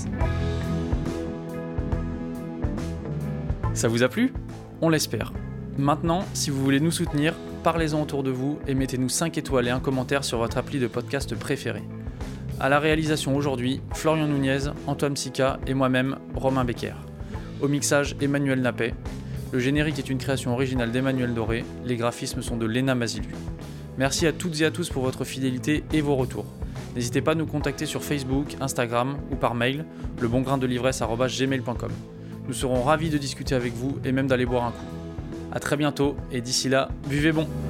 Ça vous a plu ? On l'espère. Maintenant, si vous voulez nous soutenir, parlez-en autour de vous et mettez-nous cinq étoiles et un commentaire sur votre appli de podcast préféré. À la réalisation aujourd'hui, Florian Nunez, Antoine Psica et moi-même, Romain Becker. Au mixage, Emmanuel Nappet. Le générique est une création originale d'Emmanuel Doré. Les graphismes sont de Léna Mazilu. Merci à toutes et à tous pour votre fidélité et vos retours. N'hésitez pas à nous contacter sur Facebook, Instagram ou par mail, lebongraindelivresse arobase gmail point com. Nous serons ravis de discuter avec vous et même d'aller boire un coup. A très bientôt et d'ici là, buvez bon!